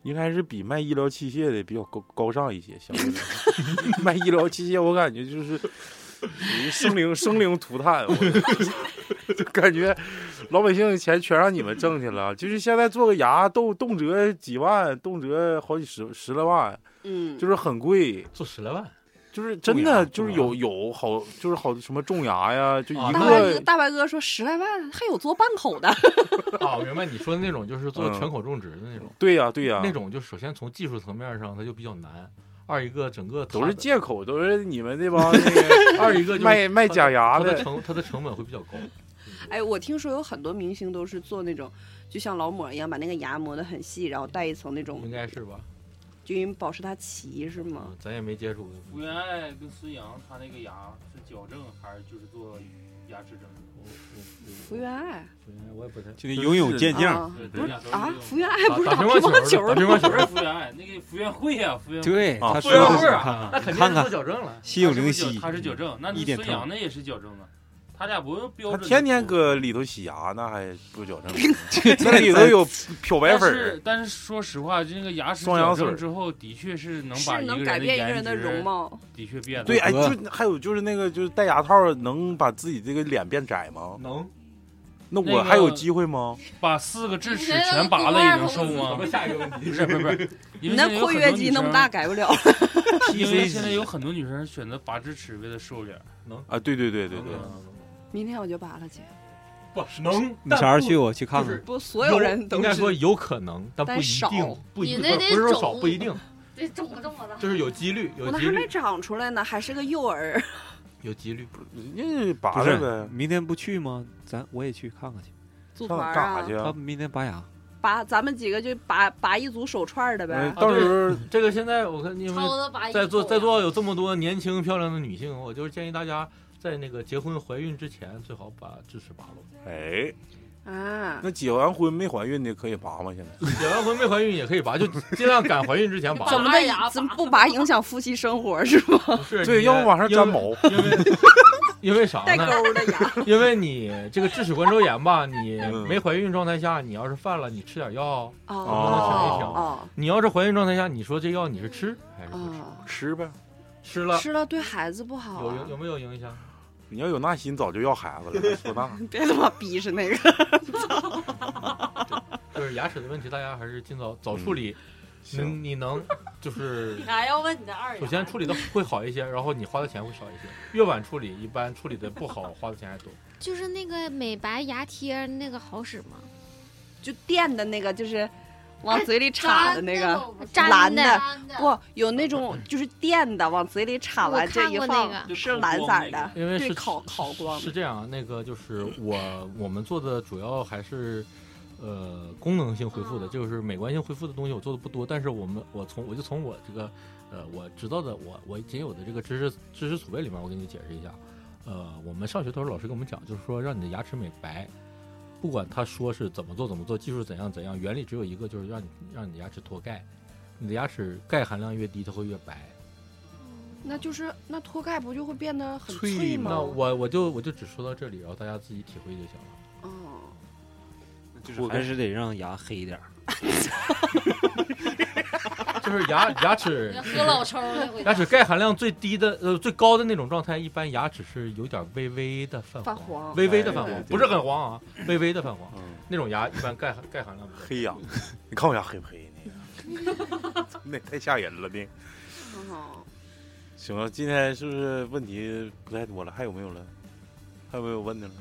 应该是比卖医疗器械的比较高高尚一些，相对来说卖医疗器械我感觉就是属于生灵生灵涂炭，我就感觉老百姓的钱全让你们挣去了，就是现在做个牙动动辄几万，动辄好几十十来万， 嗯， 就是很贵， 做十来万。 就是真的就是有有好就是好什么种牙呀，就一大白个哥大白哥说十来万还有做半口的， 啊，我明白你说的那种，就是做全口种植的那种。 对呀对呀， 那种就首先从技术层面上它就比较难，二一个整个都是借口，都是你们那帮那个二一个就是卖卖假牙它的的， 成它的成本会比较高。 哎，我听说有很多明星都是做那种，就像劳模一样，把那个牙磨得很细，然后带一层那种， 应该是吧？ 就因为保持它齐是吗？ 嗯，咱也没接触过。 福原爱跟孙杨，他那个牙是矫正还是就是做牙齿整嗯福原爱， 福原爱我也不太。 就那游泳健将， 不是啊，福原爱打不是打乒乓球乓球打乒乓球不是福原爱，那个福原会呀，福原对，他福原会啊， 那肯定是看看做矫正了。 心有灵犀， 他是矫正，那你孙杨那也是矫正的。他俩不用标准， 他天天搁里头洗牙，那还不矫正？那里头有漂白粉。 但是，但是说实话，这个牙齿矫正之后，的确是能把一个人改变一个人的的容貌， 的确变了。 对，哎，就还有就是那个，就是戴牙套能把自己这个脸变窄吗？ 能。 那我还有机会吗？ 把四个智齿全拔了也能瘦吗？ 下一个问题不是不是不是， 你那括约肌那么大改不了。 因为现在有很多女生选择拔智齿为了瘦脸， 能啊？对对对对对。 明天我就拔了去。 不能， 你啥时候去？我去看看。 不，所有人都应该说有可能，但不一定，不一定，不是说少，不一定。 得肿这么大， 就是有几率，有几率。 我还没长出来呢，还是个幼儿。 有几率， 人家拔了呗。 明天不去吗？咱我也去看看去。 组团啊？ 干啥去？ 他明天拔牙。 拔，咱们几个就拔拔一组手串的呗。 到时候这个现在我看，因为在座在座有这么多年轻漂亮的女性，我就是建议大家在那个结婚怀孕之前，最好把智齿拔了。 哎， 啊， 那结完婚没怀孕的可以拔吗？现在结完婚没怀孕也可以拔，就尽量赶怀孕之前拔。 怎么的？怎么不拔影响夫妻生活是吗？ 不是， 对，要不往上粘毛。 因为因为啥呢？ 带钩的牙。 因为你这个智齿冠周炎吧，你没怀孕状态下，你要是犯了，你吃点药，能不能调一调？你要是怀孕状态下，你说这药你是吃还是不吃？ 吃呗， 吃了吃了对孩子不好。 有有没有影响？ 你要有那心，早就要孩子了。说那别他妈逼是那个。 就是牙齿的问题，大家还是尽早早处理。能你能就是你还要问你的二牙？ 首先处理的会好一些，然后你花的钱会少一些。越晚处理，一般处理的不好，花的钱还多。 就是那个美白牙贴那个好使吗？ 就垫的那个，就是往嘴里插的那个粘蓝的， 不有那种就是垫的，往嘴里插完这一放是蓝色的， 因为是烤烤光。 是这样，那个就是我我们做的主要还是。呃，功能性恢复的，就是美观性恢复的东西，我做的不多。但是我们，我从我就从我这个，呃，我知道的，我我仅有的这个知识知识储备里面，我给你解释一下。呃，我们上学的时候老师跟我们讲，就是说让你的牙齿美白，不管他说是怎么做怎么做，技术怎样怎样，原理只有一个，就是让你让你的牙齿脱钙。你的牙齿钙含量越低，它会越白。 那就是那脱钙不就会变得很脆吗？ 那我我就我就只说到这里，然后大家自己体会就行了。 哦。 就是还是得让牙黑点儿， 就是牙牙齿喝老抽， 牙齿钙含量最低的呃最高的那种状态，一般牙齿是有点微微的泛泛黄， 微微的泛黄，不是很黄啊，微微的泛黄。 嗯、 那种牙一般钙钙含量黑牙，你看我牙黑不黑？那个那太吓人了那。 哦， 行了，今天是不是问题不太多了？还有没有了？还有没有问的了？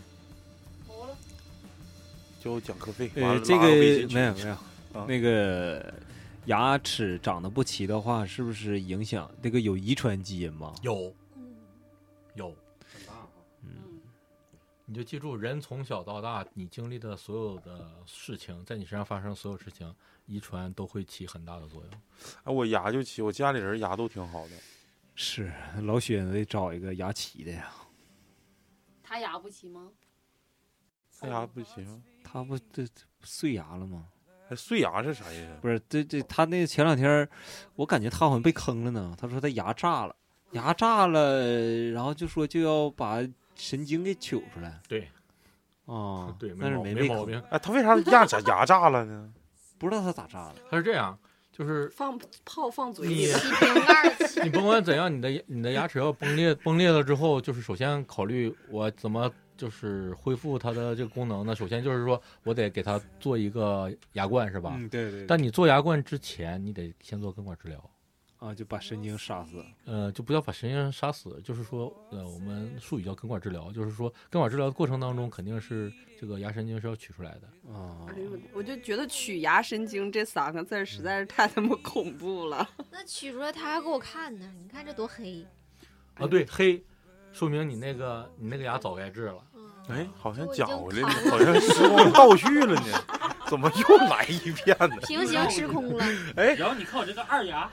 交讲课费， 呃，这个没有没有，啊、那个牙齿长得不齐的话，是不是影响那个有遗传基因吗？ 有，有，嗯，你就记住，人从小到大，你经历的所有的事情，在你身上发生所有事情，遗传都会起很大的作用。 哎，我牙就齐，我家里人牙都挺好的。 是，老雪得找一个牙齐的呀。 他牙不齐吗？ 他牙不行。 他不这碎牙了吗？ 还碎牙是啥意思？ 不是，这这他那前两天，我感觉他好像被坑了呢。他说他牙炸了，牙炸了，然后就说就要把神经给取出来。 对， 啊， 对， 但是没被毛病。 哎，他为啥牙牙牙炸了呢？ 不知道他咋炸的。 他是这样， 就是放泡放嘴里你的， 你甭管怎样，你的你的牙齿要崩裂崩裂了之后，就是首先考虑我怎么就是恢复它的这个功能呢？首先就是说我得给它做一个牙冠，是吧？ 嗯，对对。 但你做牙冠之前，你得先做根管治疗。 啊，就把神经杀死。 呃，就不要把神经杀死，就是说，呃，我们术语叫根管治疗，就是说根管治疗的过程当中，肯定是这个牙神经是要取出来的。 啊、 哎呦，我就觉得取牙神经这三个字实在是太他妈恐怖了。 那取出来他还给我看呢，你看这多黑。 啊，对，黑，说明你那个你那个牙早该治了。 哎，好像讲回来了，好像时光倒叙了呢，怎么又来一遍呢？ 平行时空了。 哎， 然后你看我这个二牙，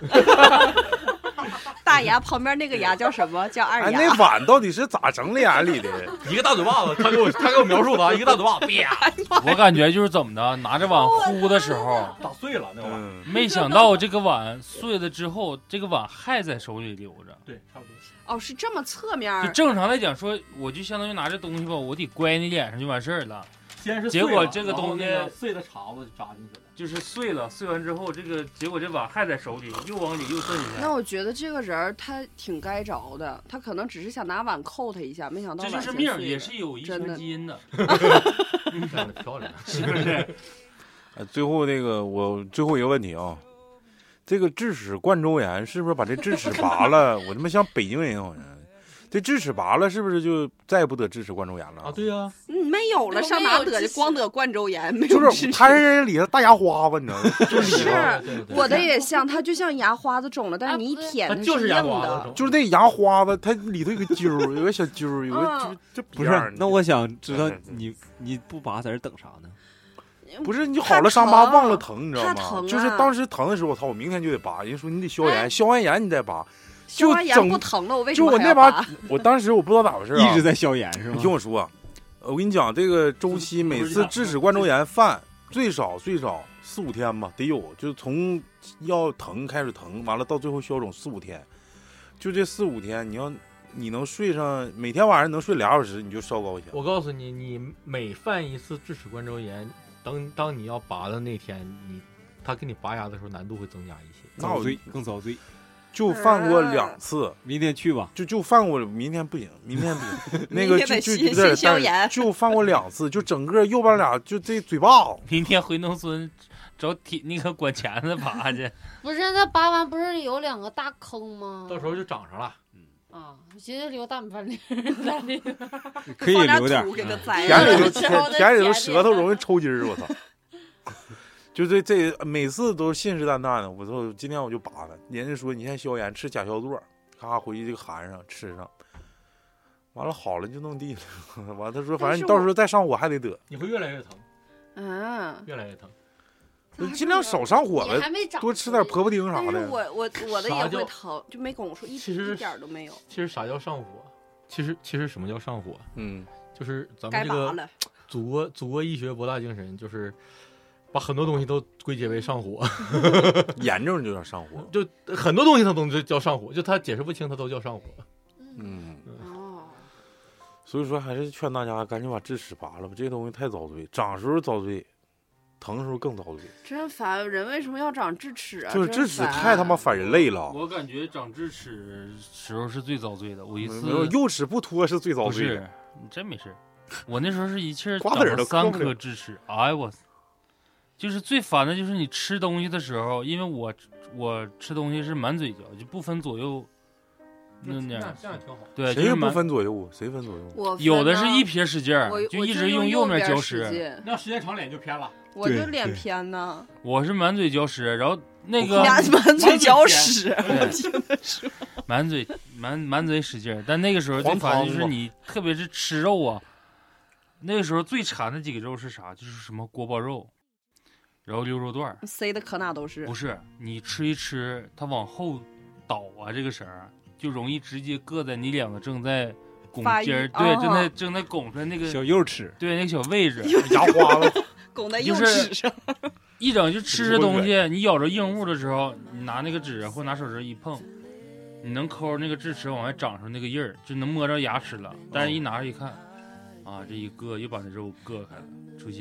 大牙旁边那个牙叫什么？叫二哎， 牙。 那碗到底是咋整脸里的？ 一个大嘴巴子，他给我他给我描述的，一个大嘴巴子，啪！ 我感觉就是怎么的，拿着碗呼的时候打碎了那碗， 嗯， 没想到这个碗碎了之后，这个碗还在手里留着。 对，差不多。 哦，是这么侧面。 就正常来讲说，我就相当于拿这东西吧，我得乖你脸上就完事儿了。 先是结果这个东西碎的碴子就扎进去了， 就是碎了，碎完之后，这个结果这碗还在手里，又往里又蹬一下。 那我觉得这个人他挺该着的，他可能只是想拿碗扣他一下，没想到这就是命，也是有遗传基因的。 长得漂亮， 是不是？ 哎，最后那个我最后一个问题啊，这个智齿冠周炎是不是把这智齿拔了？我他妈像北京人好像。这智齿拔了，是不是就再也不得智齿冠周炎了啊？对呀、啊， 嗯，没有了，上哪得？光得冠周炎，没有。就是他是里头大牙花子，你知道吗？ 就是我的也像，它就像牙花子肿了，但是你一舔它就是硬的， 就是那牙花子，它里头有个揪，有个小揪，有个就就不是。那我想知道你你不拔在这等啥呢？ 不是你好了伤疤忘了疼，你知道吗？ 疼啊、 就是当时疼的时候，我操，我明天就得拔。人说你得消炎，哎、消完炎你再拔。 消完炎不疼了，我为什么就我那把，我当时我不知道咋回事、啊， 一直在消炎是吗？ 你听我说，我跟你讲，这个周期每次智齿冠周炎犯最少最少四五天吧，得有，就是从要疼开始疼，完了到最后消肿四五天，就这四五天，你要你能睡上，每天晚上能睡俩小时，你就烧高一下。 我告诉你，你每犯一次智齿冠周炎，当当你要拔的那天，你他给你拔牙的时候难度会增加一些， 遭罪更遭罪。 就犯过两次， 明天去吧。 就就犯过，明天不行，明天不行。那个就就就消炎， 就犯过两次，就整个右半俩就这嘴巴。 明天回农村找铁那个管钳子拔去。 不是，那拔完不是有两个大坑吗？ 到时候就长上了。 嗯啊，我寻思留大米饭粒在里边， 可以留点。 田里头田里头舌头容易抽筋儿，我操。就这这每次都是信誓旦旦的，我说今天我就拔了。人家说你现在消炎吃甲硝唑，咔回去就含上吃上，完了好了就弄地了。完了他说反正你到时候再上火还得得， 你会越来越疼， 嗯， 越来越疼。 你尽量少上火了，多吃点婆婆丁啥的。 但是我我我的也会疼，就没跟我说一其实一点都没有。 其实啥叫上火？其实其实什么叫上火？ 嗯， 就是咱们这个祖国祖国医学博大精深，就是把很多东西都归结为上火。 严重就叫上火， 就很多东西它都叫上火，就它解释不清，它都叫上火。 嗯哦，所以说还是劝大家赶紧把智齿拔了吧，这东西太遭罪，长时候遭罪。疼的时候更遭罪， 真烦！人为什么要长智齿啊？ 就是智齿太他妈反人类了。 我感觉长智齿时候是最遭罪的。我一次没有幼齿不脱是最遭罪的。 不是，你真没事。我那时候是一气长了三颗智齿，哎我，就是最烦的就是你吃东西的时候，因为我我吃东西是满嘴嚼，就不分左右。那样这样挺好。 对， 谁不分左右？谁分左右？ 我有的是一撇使劲儿， 就一直用右面嚼食。 那时间长脸就偏了。 我就脸偏呢。 我是满嘴嚼食，然后那个满嘴嚼屎， 满嘴满满嘴使劲儿。但那个时候最烦就是你，特别是吃肉啊，那个时候最馋的几个肉是啥？就是什么锅包肉，然后溜肉段， 塞的可哪都是。 不是你吃一吃，它往后倒啊，这个绳儿就容易直接硌在你两个正在拱筋儿，对，正在正在拱出来那个小幼齿， 对，那个小位置， 牙花子。 拱在右齿上， 一整就吃这东西，你咬着硬物的时候，你拿那个纸或拿手指一碰，你能抠那个智齿往外长出那个印儿，就能摸着牙齿了。但是一拿着一看，啊，这一硌又把那肉硌开了，出血了。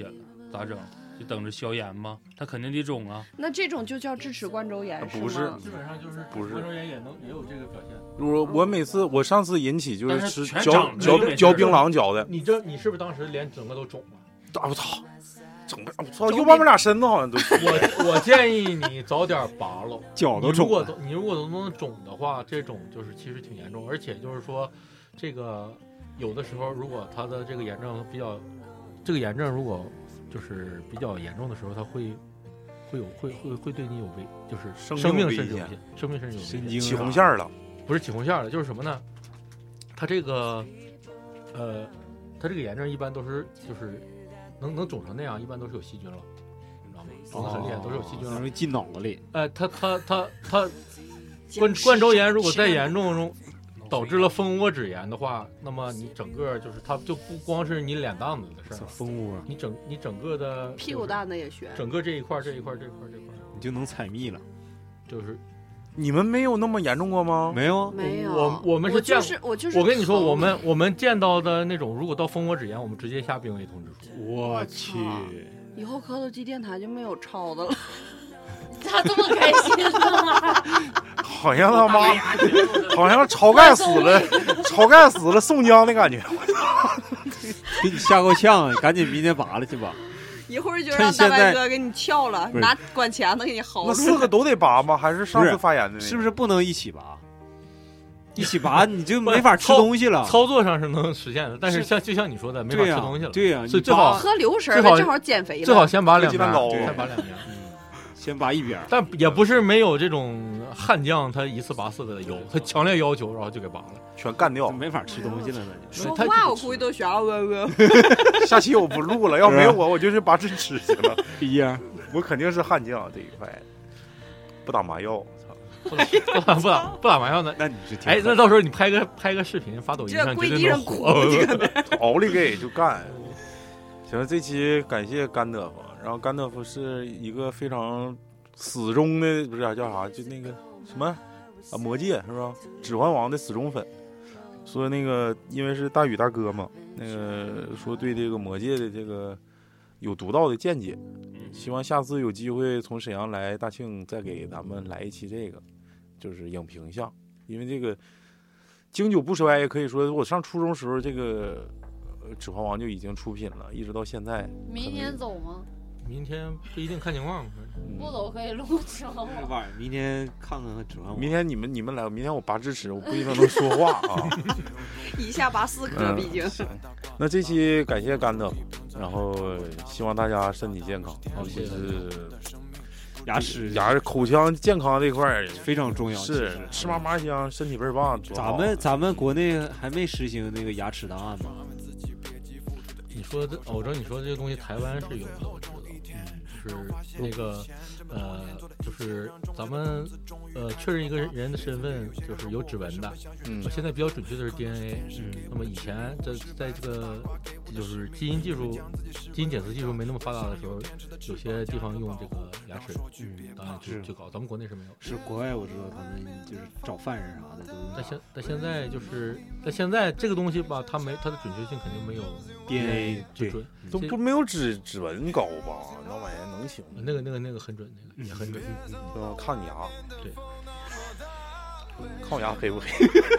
咋整？就等着消炎吗？他肯定得肿啊。 那这种就叫智齿冠周炎不是吗？ 基本上就是不是冠周炎也能也有这个表现。 我我每次我上次引起就是但是全嚼长嚼着嚼槟榔嚼的， 你这你是不是当时脸整个都肿了？ 啊我操，整个我操右半边俩身子好像都。 我我建议你早点拔了， 脚都你如果肿了。 都你如果都能肿的话，这种就是其实挺严重，而且就是说，这个有的时候如果他的这个炎症比较，这个炎症如果就是比较严重的时候，它会会有会会会对你有危，就是生生命命危险甚至有危险，生命甚至有危险。 神经起红线了， 不是起红线了，就是什么呢？它这个呃，它这个炎症一般都是就是能能肿成那样，一般都是有细菌了，你知道吗？肿得很厉害，都是有细菌了容。易进脑子里。 呃，它它它它冠冠周炎如果再严重中导致了蜂窝纸炎的话，那么你整个就是它就不光是你脸蛋子的事儿， 蜂窝， 你整你整个的屁股蛋子也悬， 整个这一块这一块这一块这一块， 你就能采蜜了。 就是你们没有那么严重过吗？ 没有啊， 没有。 我我们我见就是我就是我跟你说， 疼我们我们见到的那种，如果到蜂窝纸炎，我们直接下病危通知书。 我去， 以后磕头机电台就没有超的了。 咋这么开心呢？ 好像他妈，好像晁盖死了，晁盖死了宋江的感觉。 给你吓够呛，赶紧明天拔了去吧。 一会儿就让大白哥给你撬了，拿管钳子给你薅。 那四个都得拔吗？还是上次发炎的？ 是不是不能一起拔？一起拔你就没法吃东西了。 操作上是能实现的，但是像就像你说的，没法吃东西了。 对呀， 所以最好喝流食呗，正好减肥了。 最好先拔两边， 再拔两边。 先拔一边， 但也不是没有这种悍将，他一次拔四个的有，他强烈要求，然后就给拔了， 全干掉， 没法吃东西了。 那就说话我估计都学了，哥哥。 下期我不录了，要没有我，我就去拔智齿去了。 一样， 我肯定是悍将这一块，不打麻药。 不打不打不打不打麻药呢？ 那你是哎，那到时候你拍个拍个视频发抖音上， 跪地上哭， 奥利给就干。行，这期感谢甘德夫。然后甘德夫是一个非常死忠的，不是、啊、叫啥，就那个什么啊，魔戒是吧？指环王的死忠粉，说那个因为是大宇大哥嘛，那个说对这个魔戒的这个有独到的见解，希望下次有机会从沈阳来大庆再给咱们来一期这个，就是影评项，因为这个经久不衰，可以说我上初中时候这个指环王就已经出品了，一直到现在。 明天走吗？ 明天不一定，看情况。 不走可以录指环王。 晚上明天看看指环王。 明天你们你们来，明天我拔智齿，我不一定能说话啊。 一下拔四颗，毕竟。 嗯、那这期感谢甘德，然后希望大家身体健康，尤其是牙齿、 牙口腔健康这块非常重要。 是吃嘛嘛香，身体倍儿棒。 咱们咱们国内还没实行那个牙齿档案吗？ 你说的，我知道你说这个东西台湾是有的，我知道，嗯，就是那个，呃，就是咱们呃确认一个人的身份，就是有指纹的，嗯，现在比较准确的是 D N A， 嗯，那么以前在在这个就是基因技术、基因检测技术没那么发达的时候，有些地方用这个牙齿，嗯，当然就就搞，咱们国内是没有， 是国外我知道他们就是找犯人啥的都用， 但现但现在就是但现在这个东西吧，它没它的准确性肯定没有 D N A 最准， 都不没有指指纹高吧？那玩意儿能行？ 那个那个那个很准，那个也很准， 嗯，看你牙， 对， 看我牙黑不黑？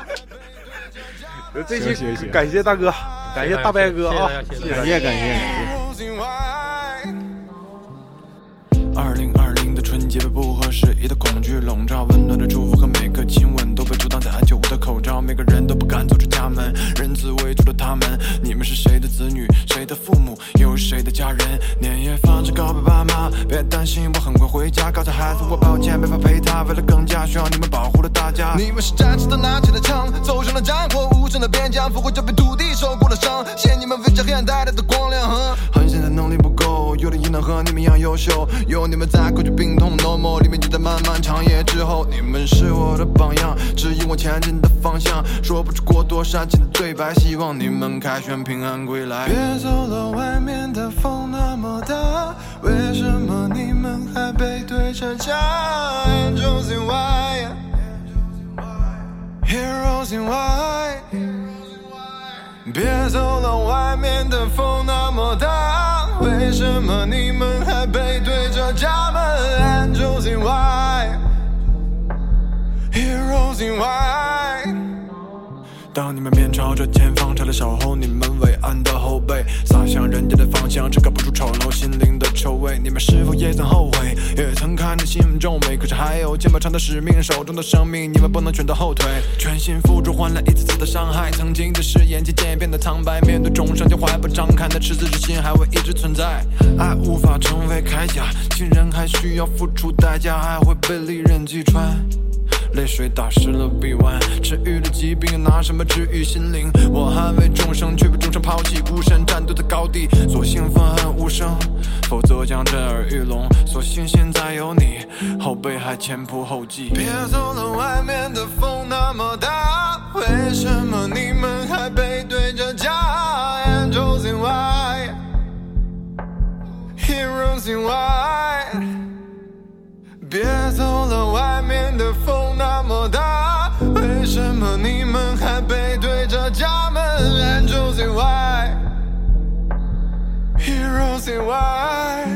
这期感谢大哥，感谢大白哥啊， 谢谢感谢感谢感谢。 二零二零的春节被不合时宜的恐惧笼罩，温暖的祝福和每个亲吻都被阻挡在安全屋的口罩，每个人都不敢走出家门，人自围住了他们。你们是谁的子女，谁的父母，又是谁的家人？年夜饭只告白爸妈，别担心我很快回家。刚才孩子我抱歉没法陪他，为了更加需要你们保护了大家。你们是战士都拿起了枪，走上了战火无声的边疆，复活这片土地受过了伤，谢你们为这黑暗带来的光亮。很现在能力不够，有的也能和你们一样优秀，有你们在过去病痛 no more 里面，就在漫漫长夜之后，你们是我的榜样，指引我前进的方向，说不出过多煽情的对白，希望你们凯旋平安归来。别走了，外面的风那么大，为什么你们还背对着家 ？Angels in white, heroes in white。别走了，外面的风那么大，为什什么你们还背对着家门 ？Angels in white, heroes in white。当你们面朝着前方，朝着守候你们伟岸的后背，洒向人家的方向，只搞不出丑陋心灵的臭味。你们是否也曾后悔，也曾看着心皱眉？可是还有肩膀上的使命，手中的生命，你们不能全都后退。全心付出换来一次次的伤害，曾经的誓言渐渐变得苍白。面对众生就怀抱张开的赤子之心，还会一直存在。爱无法成为铠甲，亲人还需要付出代价，爱会被利刃击穿。泪水打湿了臂弯，治愈了疾病，拿什么治愈心灵？我捍卫众生，却被众生抛弃，孤身战斗在高地，所幸愤恨无声，否则将震耳欲聋。所幸现在有你，后辈还前仆后继。别走了，外面的风那么大，为什么你们还背对着家 ？Angels in white, heroes in white。别走了，外面的风那么大，为什么你们还背对着家门 ？Angels in white, heroes in white。